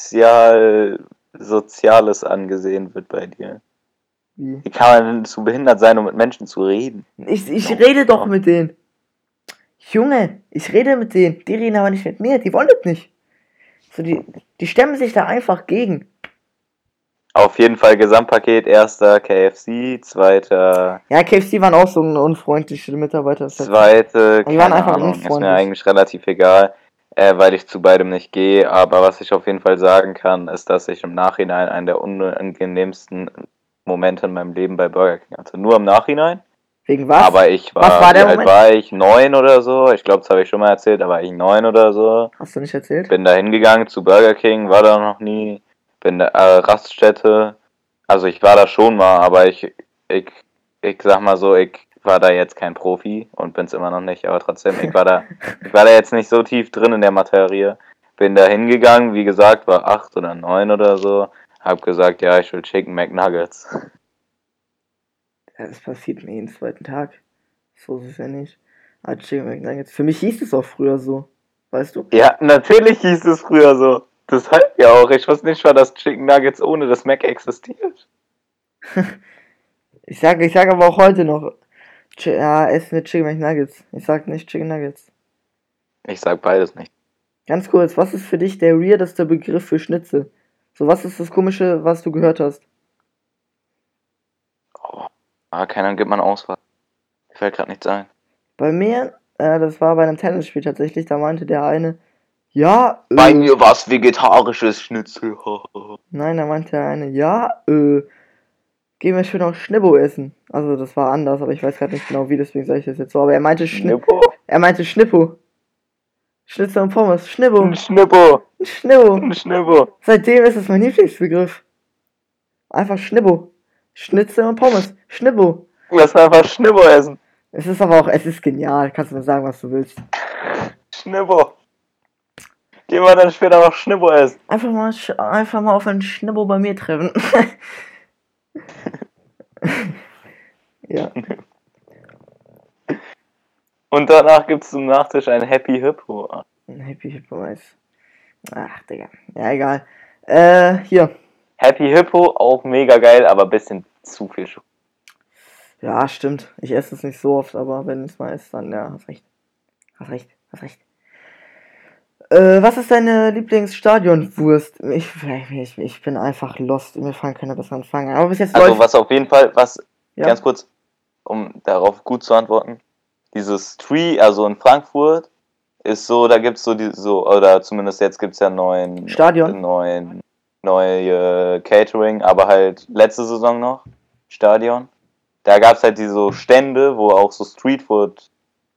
Soziales angesehen wird bei dir. Wie kann man denn zu behindert sein, um mit Menschen zu reden? Ich rede doch mit denen. Junge, ich rede mit denen. Die reden aber nicht mit mir. Die wollen das nicht. So, die stemmen sich da einfach gegen. Auf jeden Fall Gesamtpaket, erster KFC, zweiter... Ja, KFC waren auch so unfreundliche Mitarbeiter. Zweite, die waren keine einfach Ahnung, ist unfreundlich. mir eigentlich relativ egal, weil ich zu beidem nicht gehe. Aber was ich auf jeden Fall sagen kann, ist, dass ich im Nachhinein einen der unangenehmsten Momente in meinem Leben bei Burger King hatte. Nur im Nachhinein. Wegen was? Aber ich Was war, war wie der alt Moment? war ich? 9 oder so? Was war Wie der alt Moment? war ich? 9 oder so? Ich glaube, das habe ich schon mal erzählt, da war ich 9 oder so. Hast du nicht erzählt? Bin da hingegangen zu Burger King, war da noch nie. Bin da, Raststätte. Also ich war da schon mal, aber ich sag mal so, ich war da jetzt kein Profi und bin's immer noch nicht, aber trotzdem, ich war da jetzt nicht so tief drin in der Materie. Bin da hingegangen, wie gesagt, war 8 oder 9 oder so. Hab gesagt, ja, ich will Chicken McNuggets. Ja, das passiert mir jeden zweiten Tag. So ist es ja nicht. Ah, Chicken McNuggets. Für mich hieß es auch früher so. Weißt du? Ja, natürlich hieß es früher so. Das halt ja auch. Ich wusste nicht mal, dass Chicken Nuggets ohne das Mac existiert. Ich sag aber auch heute noch, ja, ess mit Chicken McNuggets. Ich sag nicht Chicken Nuggets. Ich sag beides nicht. Ganz kurz, was ist für dich der weirdeste Begriff für Schnitzel? So, was ist das Komische, was du gehört hast? Oh, keine Ahnung, gibt man Auswahl. Mir fällt gerade nichts ein. Bei mir, das war bei einem Tennisspiel tatsächlich, da meinte der eine, ja, Bei mir war's vegetarisches Schnitzel. nein, da meinte der eine, ja, gehen wir schön auch Schnibbo essen. Also das war anders, aber ich weiß gerade nicht genau wie, deswegen sage ich das jetzt so. Aber er meinte Schnippo? Er meinte Schnippo. Schnitzel und Pommes. Schnibbo. Ein Schnippo. Ein Schnibbo. Ein Schnippo. Seitdem ist es mein Lieblingsbegriff. Einfach Schnibbo. Schnitzel und Pommes. Schnibbo. Lass einfach Schnippo essen. Es ist aber auch, es ist genial. Kannst du mir sagen, was du willst. Schnippo. Gehen wir dann später noch Schnippo essen. Einfach mal auf ein Schnibbo bei mir treffen. Ja. Und danach gibt's zum Nachtisch ein Happy Hippo. Ein Happy Hippo ist. Ach, Digga. Ja, egal. Hier. Happy Hippo, auch mega geil, aber ein bisschen zu viel Schokolade. Ja, stimmt. Ich esse es nicht so oft, aber wenn es mal ist, dann ja, hast recht. Hast recht. Was ist deine Lieblingsstadionwurst? Ich bin einfach lost. Mir fallen keine besseren Fragen ein. Aber bis jetzt Also läuft. was auf jeden Fall, Ja. ganz kurz, um darauf gut zu antworten, dieses Street, also in Frankfurt, ist so, da gibt's oder zumindest jetzt gibt's ja neue Catering, aber halt letzte Saison noch, Stadion. Da gab's halt diese so Stände, wo auch so Streetfood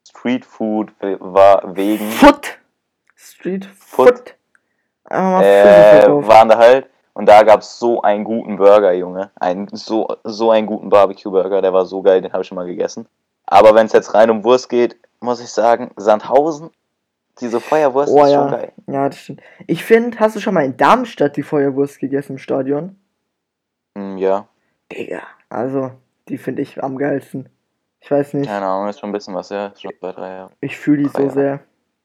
war wegen. Street Food. Waren da halt. Und da gab's so einen guten Burger, Junge. So einen guten Barbecue-Burger, der war so geil, den habe ich schon mal gegessen. Aber wenn es jetzt rein um Wurst geht, muss ich sagen, Sandhausen, diese Feuerwurst ist schon geil. Ja, das stimmt. Ich finde, hast du schon mal in Darmstadt die Feuerwurst gegessen im Stadion? Ja. Digga, also, die finde ich am geilsten. Ich weiß nicht. Keine Ahnung, ist schon ein bisschen was, ja. Ist schon 2-3 Jahre. Ich fühle die 3 so Jahre. sehr.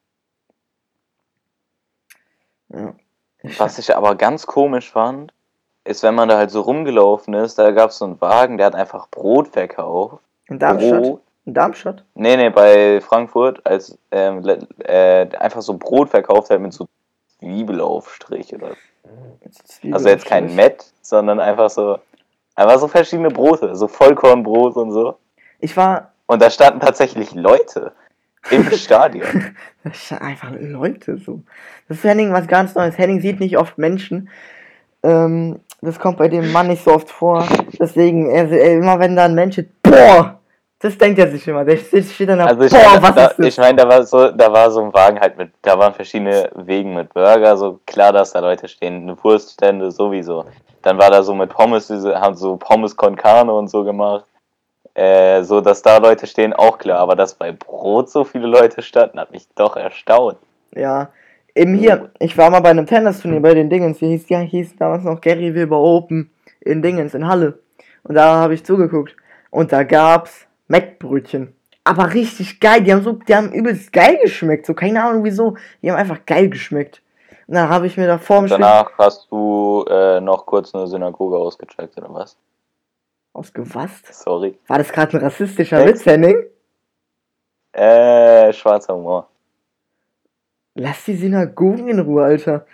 Ja. Was ich aber ganz komisch fand, ist, wenn man da halt so rumgelaufen ist, da gab es so einen Wagen, der hat einfach Brot verkauft. In Darmstadt? Brot. In Darmstadt? Nee, bei Frankfurt, als einfach so Brot verkauft hat mit so Zwiebelaufstrich oder. Also jetzt kein Mett, sondern einfach so verschiedene Brote, so Vollkornbrot und so. Und da standen tatsächlich Leute im Stadion. Das sind einfach Leute so. Das ist Henning was ganz Neues. Henning sieht nicht oft Menschen. Das kommt bei dem Mann nicht so oft vor. Deswegen, immer wenn da ein Mensch ist, boah! Das denkt er sich immer. Der steht dann da, also ist das? Ich meine, da war so ein Wagen halt da waren verschiedene Wegen mit Burger, so klar, dass da Leute stehen, eine Wurststände sowieso. Dann war da so mit Pommes, haben so Pommes con Carne und so gemacht. So, dass da Leute stehen, auch klar. Aber dass bei Brot so viele Leute standen, hat mich doch erstaunt. Ja, eben hier, ich war mal bei einem Tennisturnier bei den Dingens, hieß damals noch Gary Wilber Open in Dingens, in Halle. Und da habe ich zugeguckt. Und da gab's Mettbrötchen. Aber richtig geil, die haben übelst geil geschmeckt, so keine Ahnung wieso. Die haben einfach geil geschmeckt. Und dann habe ich mir da vorm Spiel... Danach hast du noch kurz eine Synagoge ausgecheckt, oder was? Ausgewasst? Sorry. War das gerade ein rassistischer Witz, Henning? Schwarzer Humor. Lass die Synagogen in Ruhe, Alter.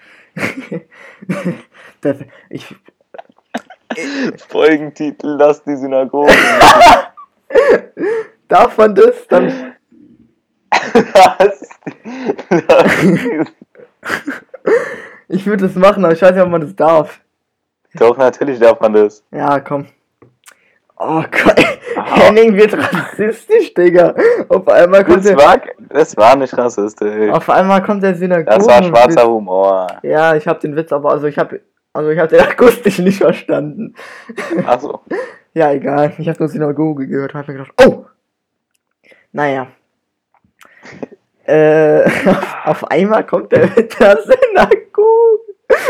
Folgentitel, lass die Synagogen. Darf man das dann? Ich würde das machen, aber ich weiß nicht, ob man das darf. Doch, natürlich darf man das. Ja, komm. Oh Gott. Henning wird rassistisch, Digga. Auf einmal kommt Das war nicht rassistisch. Auf einmal kommt der Synagogen. Das war schwarzer Humor. Ja, ich hab den Witz, aber ich hab den akustisch nicht verstanden. Ach so. Ja, egal. Ich hab nur Synagoge gehört und hab mir gedacht, oh! Naja. Auf einmal kommt der mit der Synagoge.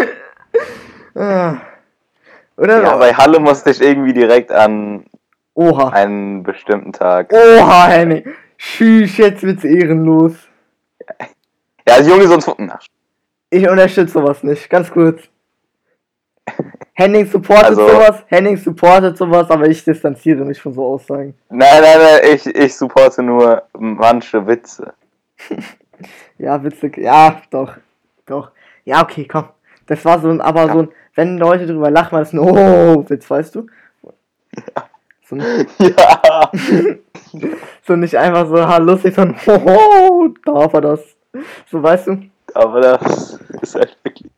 Oder? Ja, bei Halle musste ich irgendwie direkt an Oha. einen bestimmten Tag. Oha, Henning. Tschüss, jetzt wird's ehrenlos. Ja, als Junge sonst... Na, Ich unterstütze sowas nicht, ganz kurz. Henning supportet sowas, aber ich distanziere mich von so Aussagen. Nein, ich supporte nur manche Witze. Ja, witzig, ja, doch. Ja, okay, komm. Das war so ein, wenn Leute drüber lachen, war das ein Witz, weißt du? Ja. Ja. So nicht einfach so, lustig, sondern darf er das. So, weißt du? Aber das ist halt wirklich...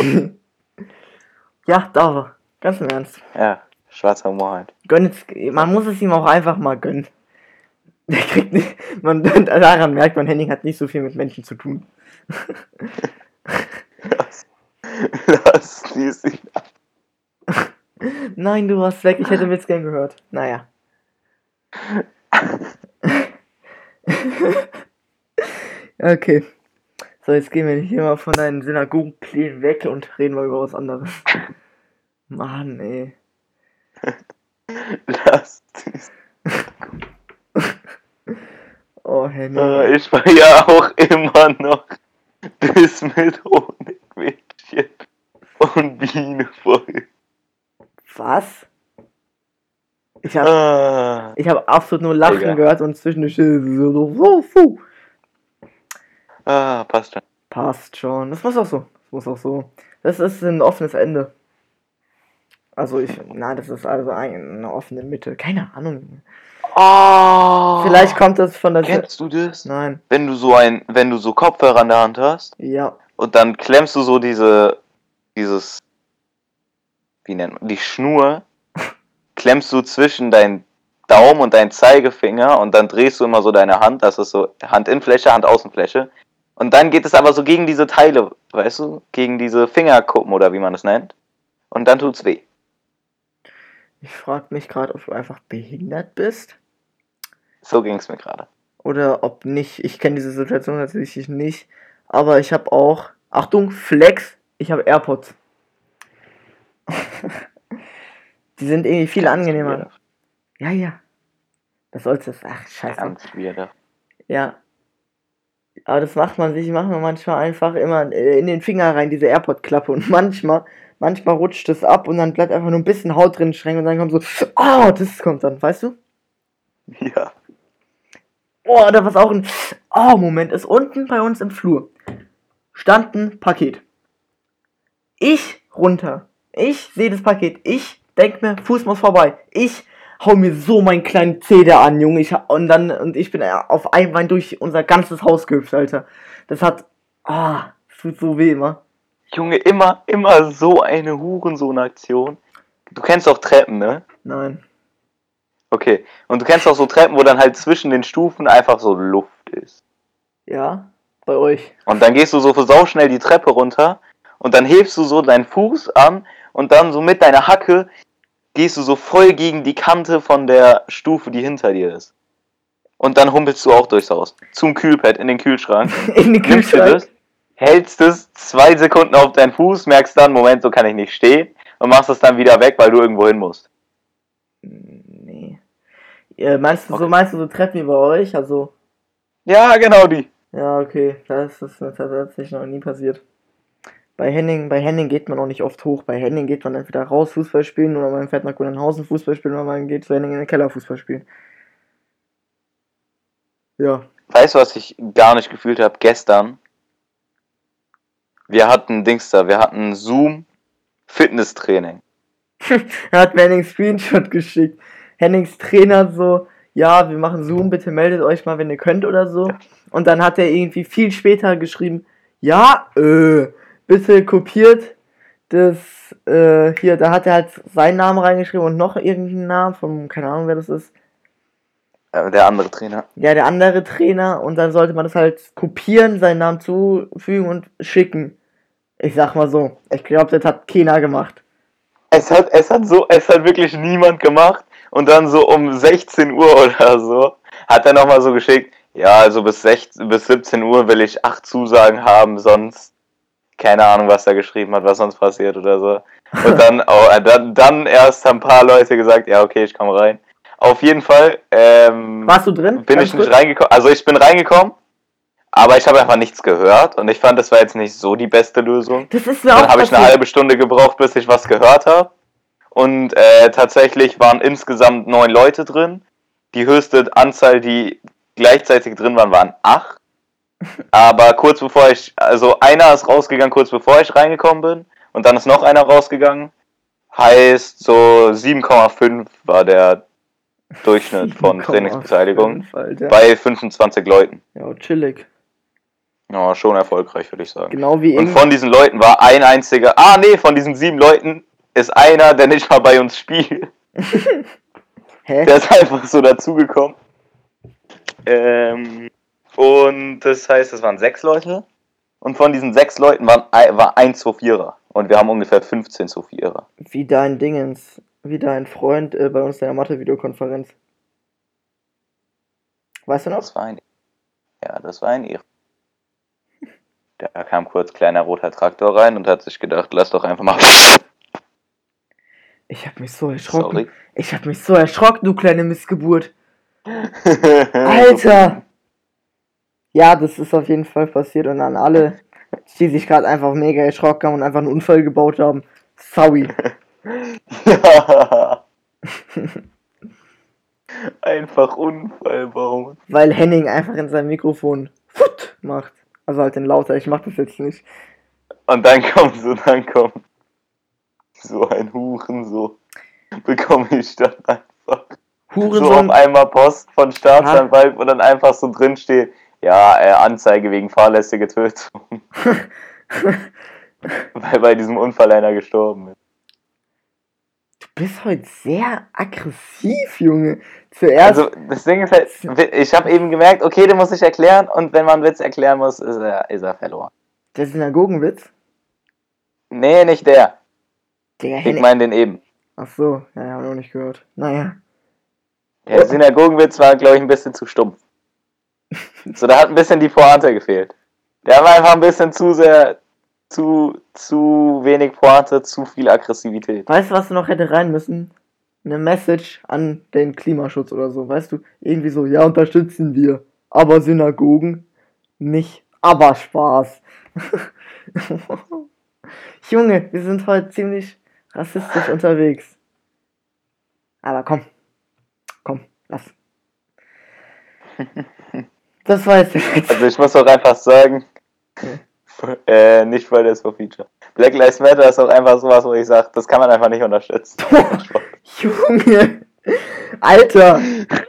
Ja, darf er. Ganz im Ernst. Ja, schwarzer Humor halt. Man muss es ihm auch einfach mal gönnen. Der kriegt nicht... daran merkt man, Henning hat nicht so viel mit Menschen zu tun. Lass dies nicht ab. Nein, du warst weg, ich hätte Witz gern gehört. Naja. Okay. So, jetzt gehen wir hier mal von deinen Synagogenplänen weg und reden mal über was anderes. Mann, ey. Lass dies. Oh, Henning. Ich war ja auch immer noch bis mit Honigmädchen und Biene voll. Was? Ich hab absolut nur Lachen gehört und zwischendurch so. Passt schon. Passt schon. Das muss auch so. Das ist ein offenes Ende. Also das ist also eine offene Mitte. Keine Ahnung. Vielleicht kommt das von der... Kennst du das? Nein. Wenn du so Kopfhörer an der Hand hast. Ja. Und dann klemmst du so wie nennt man, die Schnur, klemmst du zwischen deinen Daumen und deinen Zeigefinger und dann drehst du immer so deine Hand, das ist so Handinnenfläche, Handaußenfläche. Und dann geht es aber so gegen diese Teile, weißt du, gegen diese Fingerkuppen oder wie man es nennt. Und dann tut's weh. Ich frag mich gerade, ob du einfach behindert bist. So ging's mir gerade. Oder ob nicht. Ich kenne diese Situation natürlich nicht. Aber ich habe auch... Achtung, Flex. Ich habe AirPods. Die sind irgendwie viel angenehmer. Ja. Das sollst du... Ach, scheiße. Ganz schwierig. Ja. Aber das macht man manchmal einfach immer in den Finger rein, diese AirPod-Klappe. Und manchmal rutscht es ab und dann bleibt einfach nur ein bisschen Haut drin schränken und dann kommt so... Oh, das kommt dann, weißt du? Ja. Oh, da was auch ein... Oh, Moment, ist unten bei uns im Flur. Stand ein Paket. Ich runter. Ich sehe das Paket. Ich denk mir, Fuß muss vorbei. Ich hau mir so meinen kleinen Zeh da an, Junge. Und ich bin auf einmal durch unser ganzes Haus gehüpft, Alter. Das hat... das tut so weh immer. Junge, immer so eine Hurensohn-Aktion. Du kennst doch Treppen, ne? Nein. Okay. Und du kennst auch so Treppen, wo dann halt zwischen den Stufen einfach so Luft ist. Ja, bei euch. Und dann gehst du so sauschnell die Treppe runter und dann hebst du so deinen Fuß an und dann so mit deiner Hacke gehst du so voll gegen die Kante von der Stufe, die hinter dir ist. Und dann humpelst du auch durchs Haus. Zum Kühlpad, in den Kühlschrank. In den Kühlschrank? Das, hältst es 2 Sekunden auf deinen Fuß, merkst dann, Moment, so kann ich nicht stehen. Und machst es dann wieder weg, weil du irgendwo hin musst. Nee. Meinst du so Treppen wie bei euch? Also... Ja, genau die. Ja, okay. Das ist tatsächlich noch nie passiert. Bei Henning geht man auch nicht oft hoch. Bei Henning geht man entweder raus Fußball spielen oder man fährt nach Gundenhausen Fußball spielen oder man geht zu Henning in den Keller Fußball spielen. Ja. Weißt du, was ich gar nicht gefühlt habe gestern? Wir hatten Zoom Fitnesstraining. Er hat mir Hennings Screenshot geschickt. Hennings Trainer so, ja, wir machen Zoom, bitte meldet euch mal, wenn ihr könnt oder so. Und dann hat er irgendwie viel später geschrieben, ja, bitte kopiert das, hier, da hat er halt seinen Namen reingeschrieben und noch irgendeinen Namen von, keine Ahnung, wer das ist. Der andere Trainer. Ja, der andere Trainer, und dann sollte man das halt kopieren, seinen Namen zufügen und schicken. Ich sag mal so, ich glaube, das hat keiner gemacht. Es hat wirklich niemand gemacht. Und dann so um 16 Uhr oder so hat er nochmal so geschickt, ja, also bis 17 Uhr will ich 8 Zusagen haben, sonst keine Ahnung, was er geschrieben hat, was sonst passiert oder so. Und dann erst haben ein paar Leute gesagt, ja, okay, ich komme rein. Auf jeden Fall Warst du drin? bin ich nicht reingekommen. Also ich bin reingekommen, aber ich habe einfach nichts gehört und ich fand, das war jetzt nicht so die beste Lösung. Das ist mir Dann auch habe ich eine passiert. halbe Stunde gebraucht, bis ich was gehört habe. Und tatsächlich waren insgesamt 9 Leute drin. Die höchste Anzahl, die gleichzeitig drin waren 8. Aber einer ist rausgegangen, kurz bevor ich reingekommen bin. Und dann ist noch einer rausgegangen. Heißt, so 7,5 war der Durchschnitt von 7,5, Trainingsbeteiligung Alter. bei 25 Leuten. Ja, chillig. Ja, schon erfolgreich, würde ich sagen. Genau wie Und von diesen Leuten war ein einziger. Von diesen 7 Leuten ist einer, der nicht mal bei uns spielt. Hä? Der ist einfach so dazugekommen. Und das heißt, es waren 6 Leute. Und von diesen 6 Leuten war ein 2-4er. Und wir haben ungefähr 15 2-4er. Wie dein Freund bei uns in der Mathe-Videokonferenz. Weißt du noch? Das war ein Ehre. Da kam kurz kleiner roter Traktor rein und hat sich gedacht, lass doch einfach mal. Ich hab mich so erschrocken. Sorry. Ich hab mich so erschrocken, du kleine Missgeburt. Alter! Ja, das ist auf jeden Fall passiert und an alle, die sich gerade einfach mega erschrocken haben und einfach einen Unfall gebaut haben. Sorry. Ja. Einfach Unfall bauen. Weil Henning einfach in seinem Mikrofon Fut macht. Also halt den lauter, ich mach das jetzt nicht. Und dann kommt so ein Huren, so bekomme ich dann einfach Hurensohn. so auf einmal Post von Staatsanwalt, wo dann einfach so drin steht, ja, Anzeige wegen fahrlässige Tötung. Weil bei diesem Unfall einer gestorben ist. Du bist heute sehr aggressiv, Junge. Zuerst. Also das Ding ist halt, ich habe eben gemerkt, okay, den muss ich erklären und wenn man einen Witz erklären muss, ist er verloren. Der Synagogenwitz? Nee, nicht der. Der Ich Henning. meine den eben. Ach so, ja, hab ich noch nicht gehört. Naja. Der Synagogenwitz war, glaube ich, ein bisschen zu stumpf. So, da hat ein bisschen die Pointe gefehlt. Der war einfach ein bisschen zu wenig Pointe, zu viel Aggressivität. Weißt du, was du noch hätte rein müssen? Eine Message an den Klimaschutz oder so, weißt du? Irgendwie so, ja, unterstützen wir. Aber Synagogen nicht. Aber Spaß. Junge, wir sind heute ziemlich rassistisch unterwegs. Aber komm, lass. Das war jetzt der letzte. Also ich muss auch einfach sagen, nicht Fridays for Future. Black Lives Matter ist auch einfach sowas, wo ich sage, das kann man einfach nicht unterstützen. Junge, Alter.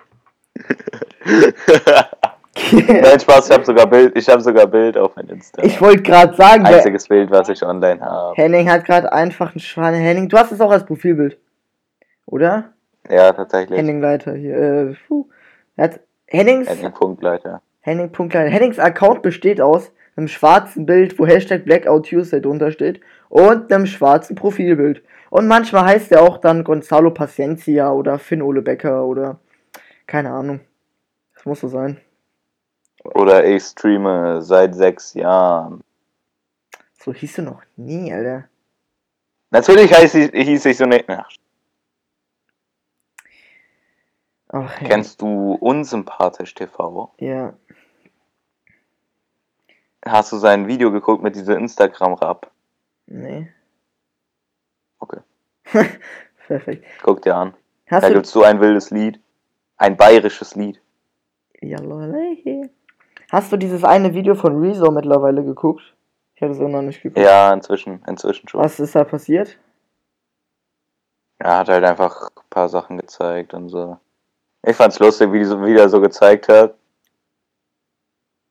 Nein, Spaß, ich habe sogar Bild auf mein Insta. Ich wollte gerade sagen, einziges Bild, was ich online habe. Henning hat gerade einfach ein Schwein. Henning, du hast es auch als Profilbild, oder? Ja, tatsächlich. Henning Leiter hier. Er hat Henning Punktleiter. Hennings Account besteht aus einem schwarzen Bild, wo Hashtag Blackout Tuesday drunter steht, und einem schwarzen Profilbild. Und manchmal heißt er auch dann Gonzalo Paciencia oder Finn Ole Becker oder keine Ahnung. Das muss so sein. Oder ich streame seit 6 Jahren. So hieß du noch nie, Alter. Natürlich hieß ich so nicht. Ach, ja. Kennst du Unsympathisch TV? Ja. Hast du sein Video geguckt mit dieser Instagram-Rap? Nee. Okay. Perfekt. Guck dir an. Hast Da du... gibt's so ein wildes Lied. Ein bayerisches Lied. Ja, lolly. Hast du dieses eine Video von Rezo mittlerweile geguckt? Ich habe es auch noch nicht geguckt. Ja, inzwischen schon. Was ist da passiert? Er hat halt einfach ein paar Sachen gezeigt und so. Ich fand's lustig, wie er so gezeigt hat.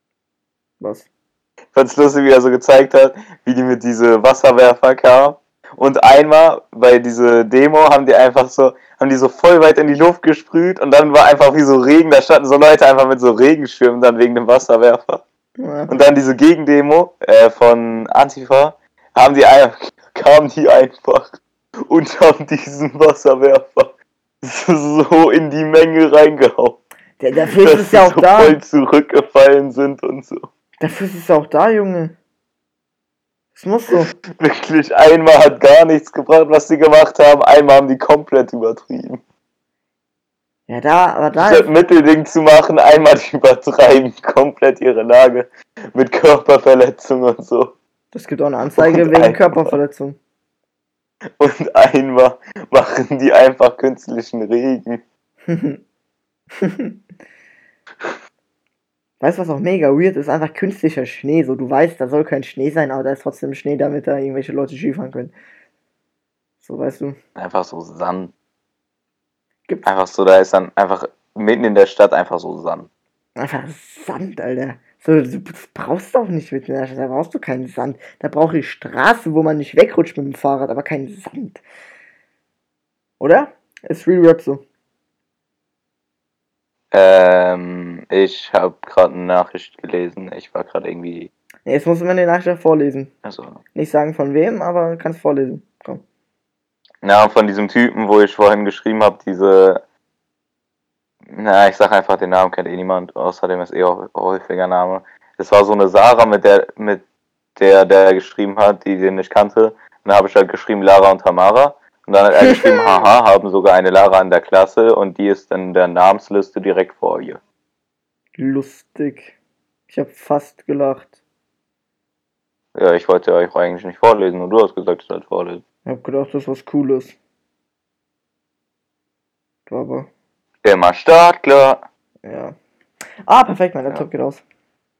Was? Ich fand's lustig, wie er so gezeigt hat, wie die mit diese Wasserwerfer kamen Und einmal bei dieser Demo haben die so voll weit in die Luft gesprüht und dann war einfach wie so Regen, da standen so Leute einfach mit so Regenschirmen dann wegen dem Wasserwerfer. Ja. Und dann diese Gegendemo von Antifa, kamen die einfach und haben diesen Wasserwerfer so in die Menge reingehauen. Dafür ist es ja auch so da. voll zurückgefallen sind und so. Dafür ist es ja auch da, Junge. Das muss so. Wirklich, einmal hat gar nichts gebracht, was die gemacht haben, einmal haben die komplett übertrieben. Ja, aber da Statt Mittelding zu machen, einmal die übertreiben komplett ihre Lage mit Körperverletzung und so. Das gibt auch eine Anzeige Und wegen Körperverletzung. Und einmal machen die einfach künstlichen Regen. Weißt du, was auch mega weird ist? Einfach künstlicher Schnee. So, du weißt, da soll kein Schnee sein, aber da ist trotzdem Schnee, damit da irgendwelche Leute Skifahren können. So, weißt du. Einfach so Sand. Gibt's Einfach so, da ist dann einfach mitten in der Stadt einfach so Sand. einfach Sand, Alter. So, du brauchst doch nicht mit der Stadt, da brauchst du keinen Sand. Da brauche ich Straße, wo man nicht wegrutscht mit dem Fahrrad, aber keinen Sand. Oder? Ist Real Rap so. Ich habe gerade eine Nachricht gelesen. Ich war gerade irgendwie. Nee, jetzt musst du mir die Nachricht vorlesen. Also. Nicht sagen von wem, aber kannst vorlesen. Komm. Na, von diesem Typen, wo ich vorhin geschrieben habe, ich sag einfach, den Namen kennt eh niemand, außerdem ist auch häufiger Name. Das war so eine Sarah, mit der geschrieben hat, die den nicht kannte. Und dann habe ich halt geschrieben Lara und Tamara. Und dann hat er geschrieben, haha, haben sogar eine Lara in der Klasse und die ist in der Namensliste direkt vor ihr. Lustig. Ich habe fast gelacht. Ja, ich wollte euch eigentlich nicht vorlesen und du hast gesagt, ich soll vorlesen. Ich hab gedacht, das ist was Cooles. Aber, Immer startklar. ja. Ah, perfekt, mein Laptop geht aus.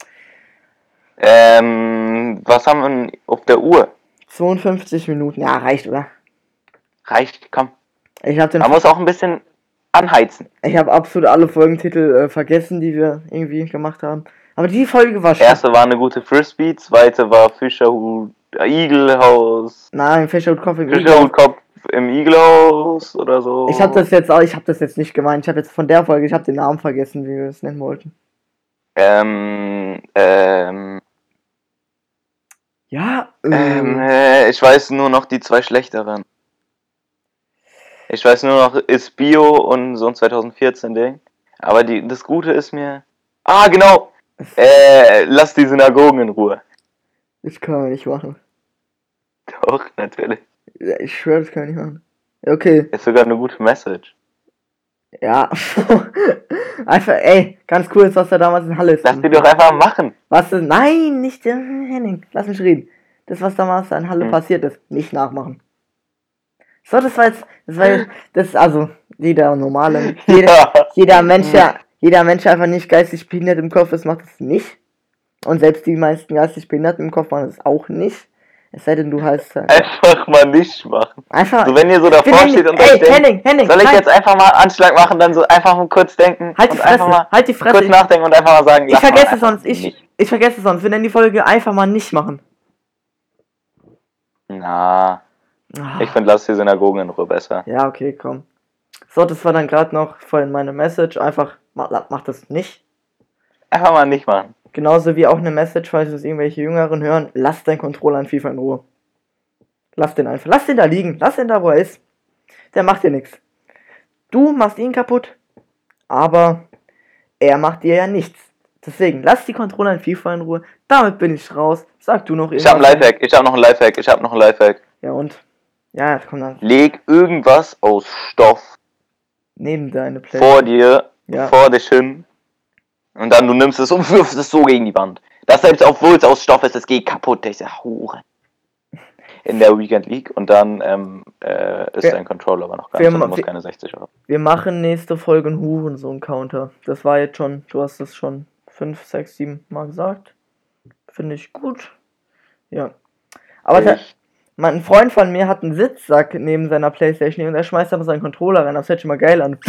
Was haben wir denn auf der Uhr? 52 Minuten. Ja, reicht, oder? Reicht, komm. Ich habe Man muss auch ein bisschen anheizen. Ich habe absolut alle Folgentitel vergessen, die wir irgendwie gemacht haben. Aber die Folge war schön. Erste war eine gute Frisbee, zweite war Fischerhut, Igelhaus. Nein, Fischerhut-Kopf im Fischerhutkopf im Igelhaus oder so. Ich habe das jetzt nicht gemeint. Ich habe jetzt von der Folge, ich habe den Namen vergessen, wie wir es nennen wollten. Ja, ich weiß nur noch die zwei schlechteren. Ich weiß nur noch, ist Bio und so ein 2014-Ding. Aber das Gute ist mir. Ah, genau! Lass die Synagogen in Ruhe. Das können wir nicht machen. Doch, natürlich. Ja, ich schwöre, das können wir nicht machen. Okay. Ist sogar eine gute Message. Ja. Einfach, ey, ganz cool, was da damals in Halle ist. Lass die doch einfach machen. Was ist? Nein, nicht Henning. Lass mich reden. Das, was damals in Halle passiert ist, nicht nachmachen. So, also, jeder normale, jeder Mensch, der einfach nicht geistig behindert im Kopf ist, macht das nicht. Und selbst die meisten geistig Behinderten im Kopf machen das auch nicht. Es sei denn, du heißt einfach mal nicht machen. Einfach. So, wenn ihr so davor steht und euch denkt, Henning, soll ich jetzt einfach mal Anschlag machen, dann so einfach mal kurz denken. Halt die Fresse, einfach mal halt die Fresse. Kurz nachdenken und einfach mal sagen, ich vergesse sonst. Wir nennen die Folge einfach mal nicht machen. Na. Ich finde, lass die Synagogen in Ruhe besser. Ja, okay, komm. So, das war dann gerade noch vorhin meine Message. Einfach, mach das nicht. Einfach mal nicht machen. Genauso wie auch eine Message, falls es irgendwelche Jüngeren hören. Lass deinen Controller in FIFA in Ruhe. Lass den einfach. Lass den da liegen. Lass den da, wo er ist. Der macht dir nichts. Du machst ihn kaputt. Aber er macht dir ja nichts. Deswegen, lass die Controller in FIFA in Ruhe. Damit bin ich raus. Sag du noch irgendwas. Ich hab noch ein Lifehack. Ja, und? Ja, komm dann. Leg irgendwas aus Stoff neben deine Play vor dir, vor dich hin. Und dann du nimmst es und wirfst es so gegen die Wand. Das selbst obwohl es aus Stoff ist, es geht kaputt. Ich sag, Hure. In der Weekend League. Und dann ist dein Controller aber noch gar nicht. Du musst keine 60 haben. Wir machen nächste Folge einen Hurensohn-Counter. Das war jetzt schon, du hast es schon 5, 6, 7 Mal gesagt. Finde ich gut. Ja. Aber ein Freund von mir hat einen Sitzsack neben seiner Playstation und er schmeißt aber seinen Controller rein. Das hört sich mal geil an.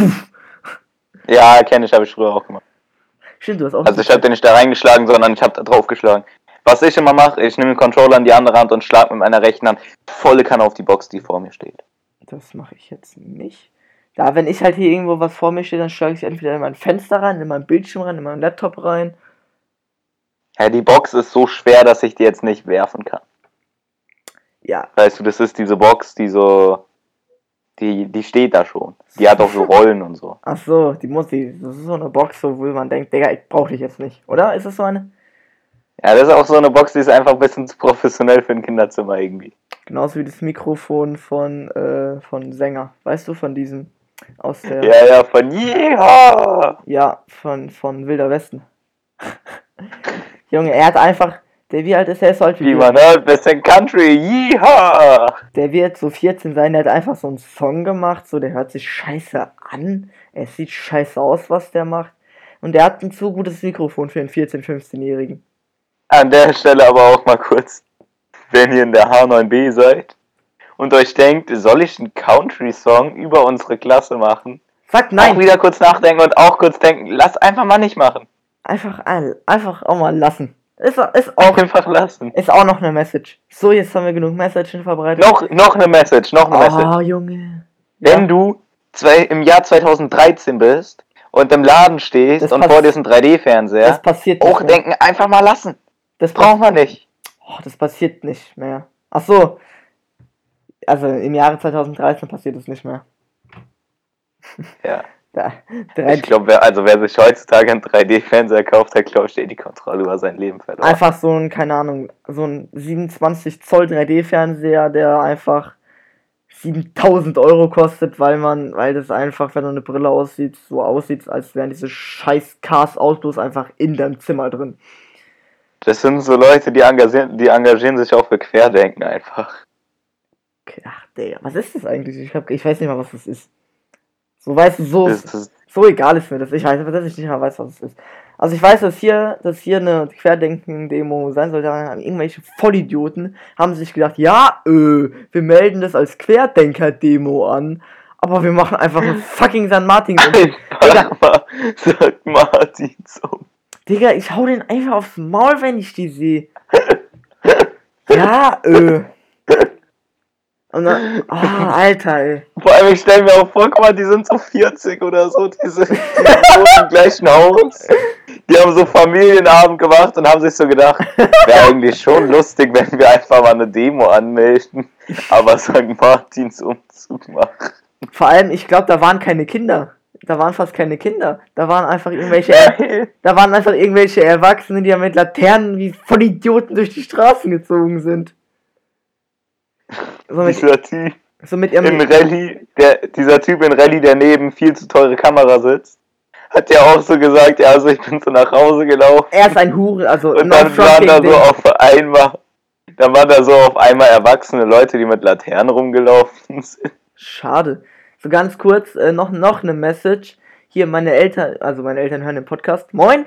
Ja, kenne ich, habe ich früher auch gemacht. Stimmt, du hast auch. Also ich habe den nicht da reingeschlagen, sondern ich habe da drauf geschlagen. Was ich immer mache, ich nehme den Controller in die andere Hand und schlage mit meiner rechten Hand volle Kanne auf die Box, die vor mir steht. Das mache ich jetzt nicht. Da, wenn ich halt hier irgendwo was vor mir steht, dann schlage ich entweder in mein Fenster rein, in meinen Bildschirm rein, in meinen Laptop rein. Ja, die Box ist so schwer, dass ich die jetzt nicht werfen kann. Ja, Weißt du, das ist diese Box, die so... Die steht da schon. Die hat auch so Rollen und so. ach so, das ist so eine Box, so, wo man denkt, Digga, ich brauche dich jetzt nicht. Oder? Ist das so eine? Ja, das ist auch so eine Box, die ist einfach ein bisschen zu professionell für ein Kinderzimmer irgendwie. Genauso wie das Mikrofon von Sänger. Weißt du, von diesem aus der... Ja, von Yeehaw! Ja, von Wilder Westen. Junge, er hat einfach... wie alt ist er? Er ist so alt wie Wie wir. man hört, bisschen Country, Yeehaw! Der wird so 14 sein, der hat einfach so einen Song gemacht, so, der hört sich scheiße an, es sieht scheiße aus, was der macht. Und der hat ein zu gutes Mikrofon für einen 14-, 15-Jährigen. An der Stelle aber auch mal kurz, wenn ihr in der H9B seid und euch denkt, soll ich einen Country-Song über unsere Klasse machen? Sagt nein! Auch wieder kurz nachdenken und auch kurz denken, lass einfach mal nicht machen. Einfach auch mal lassen. Ist auch Einfach lassen. Ist auch noch eine Message. So, jetzt haben wir genug Messages verbreitet. Noch eine Message. Oh, Junge. Wenn du im Jahr 2013 bist und im Laden stehst und vor dir ist ein 3D-Fernseher, das passiert nicht auch mehr. denken, einfach mal lassen. Das braucht man nicht. Oh, das passiert nicht mehr. Ach so. Also im Jahre 2013 passiert es nicht mehr. Ja. Da, Ich glaube, wer sich heutzutage einen 3D-Fernseher kauft, der glaube ich, die Kontrolle über sein Leben verloren. Einfach so ein, keine Ahnung, so ein 27 Zoll 3D-Fernseher, der einfach 7.000 Euro kostet, weil das einfach, wenn du eine Brille aussieht, so aussieht, als wären diese scheiß Cars-Autos einfach in deinem Zimmer drin. Das sind so Leute, die engagieren sich auch für Querdenken einfach. Ach, Digga, was ist das eigentlich? Ich weiß nicht mal, was das ist. So, weißt du, so egal ist mir das. Ich weiß aber, dass ich nicht mal weiß, was es ist. Also ich weiß, dass hier eine Querdenken-Demo sein sollte. Irgendwelche Vollidioten haben sich gedacht, ja, wir melden das als Querdenker-Demo an, aber wir machen einfach ein fucking St. Martin. Sagt Martin so. Digga, ich hau den einfach aufs Maul, wenn ich die sehe. Ja, Und dann, Alter, ey. Vor allem, ich stelle mir auch vor, guck mal, die sind so 40 oder so, die wohnen im gleichen Haus. Die haben so Familienabend gemacht und haben sich so gedacht, wäre eigentlich schon lustig, wenn wir einfach mal eine Demo anmelden, aber St. Martins Umzug machen. Vor allem, ich glaube, da waren keine Kinder. Da waren fast keine Kinder. Da waren einfach irgendwelche Erwachsene, die ja mit Laternen wie Vollidioten durch die Straßen gezogen sind. Dieser Typ Dieser Typ in Rallye, der neben viel zu teure Kamera sitzt, hat ja auch so gesagt, ja, also ich bin so nach Hause gelaufen. Er ist ein Hure, also und dann waren da so auf einmal erwachsene Leute, die mit Laternen rumgelaufen sind. Schade. So ganz kurz, noch eine Message. Hier, meine Eltern hören den Podcast. Moin!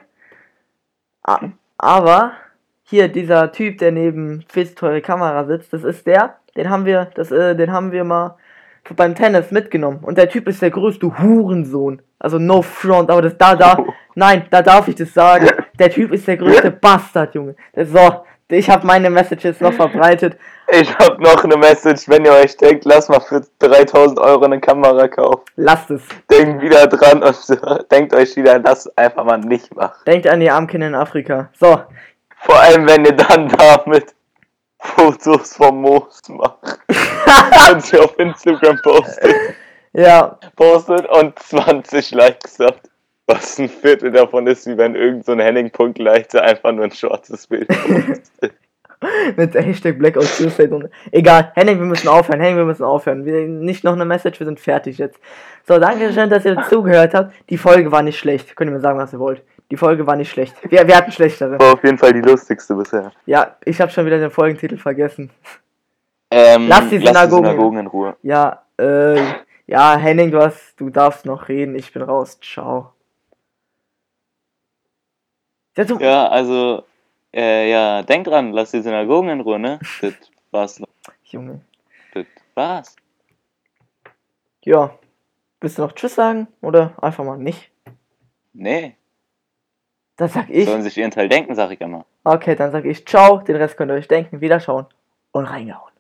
Aber hier, dieser Typ, der neben viel zu teure Kamera sitzt, das ist den haben wir mal beim Tennis mitgenommen. Und der Typ ist der größte Hurensohn. Also no front, aber da darf ich das sagen. Der Typ ist der größte Bastard, Junge. So, ich habe meine Messages noch verbreitet. Ich habe noch eine Message, wenn ihr euch denkt, lasst mal für 3.000 Euro eine Kamera kaufen. Lasst es. Denkt wieder dran und denkt euch wieder, lasst einfach mal nicht machen. Denkt an die armen Kinder in Afrika. So. Vor allem, wenn ihr dann damit Fotos vom Moos macht und sie auf Instagram postet. Ja. Postet und 20 Likes habt. Was ein Viertel davon ist, wie wenn irgend so ein Henning.Leiter einfach nur ein schwarzes Bild postet. Mit Hashtag Blackout Tuesday. Egal, Henning, wir müssen aufhören. Nicht noch eine Message, wir sind fertig jetzt. So, danke schön, dass ihr zugehört habt. Die Folge war nicht schlecht. Könnt ihr mir sagen, was ihr wollt. Die Folge war nicht schlecht. Wir hatten schlechtere. War auf jeden Fall die lustigste bisher. Ja, ich habe schon wieder den Folgentitel vergessen. Lass die Synagogen in Ruhe. Ja, Henning, du darfst noch reden. Ich bin raus. Ciao. Ja, also, denk dran, lass die Synagogen in Ruhe, ne? Das war's noch. Junge. Das war's. Ja. Willst du noch Tschüss sagen? Oder einfach mal nicht? Nee. Das sag ich. Sollen sich ihren Teil denken, sag ich immer. Okay, dann sage ich ciao, den Rest könnt ihr euch denken, wiederschauen und reingehauen.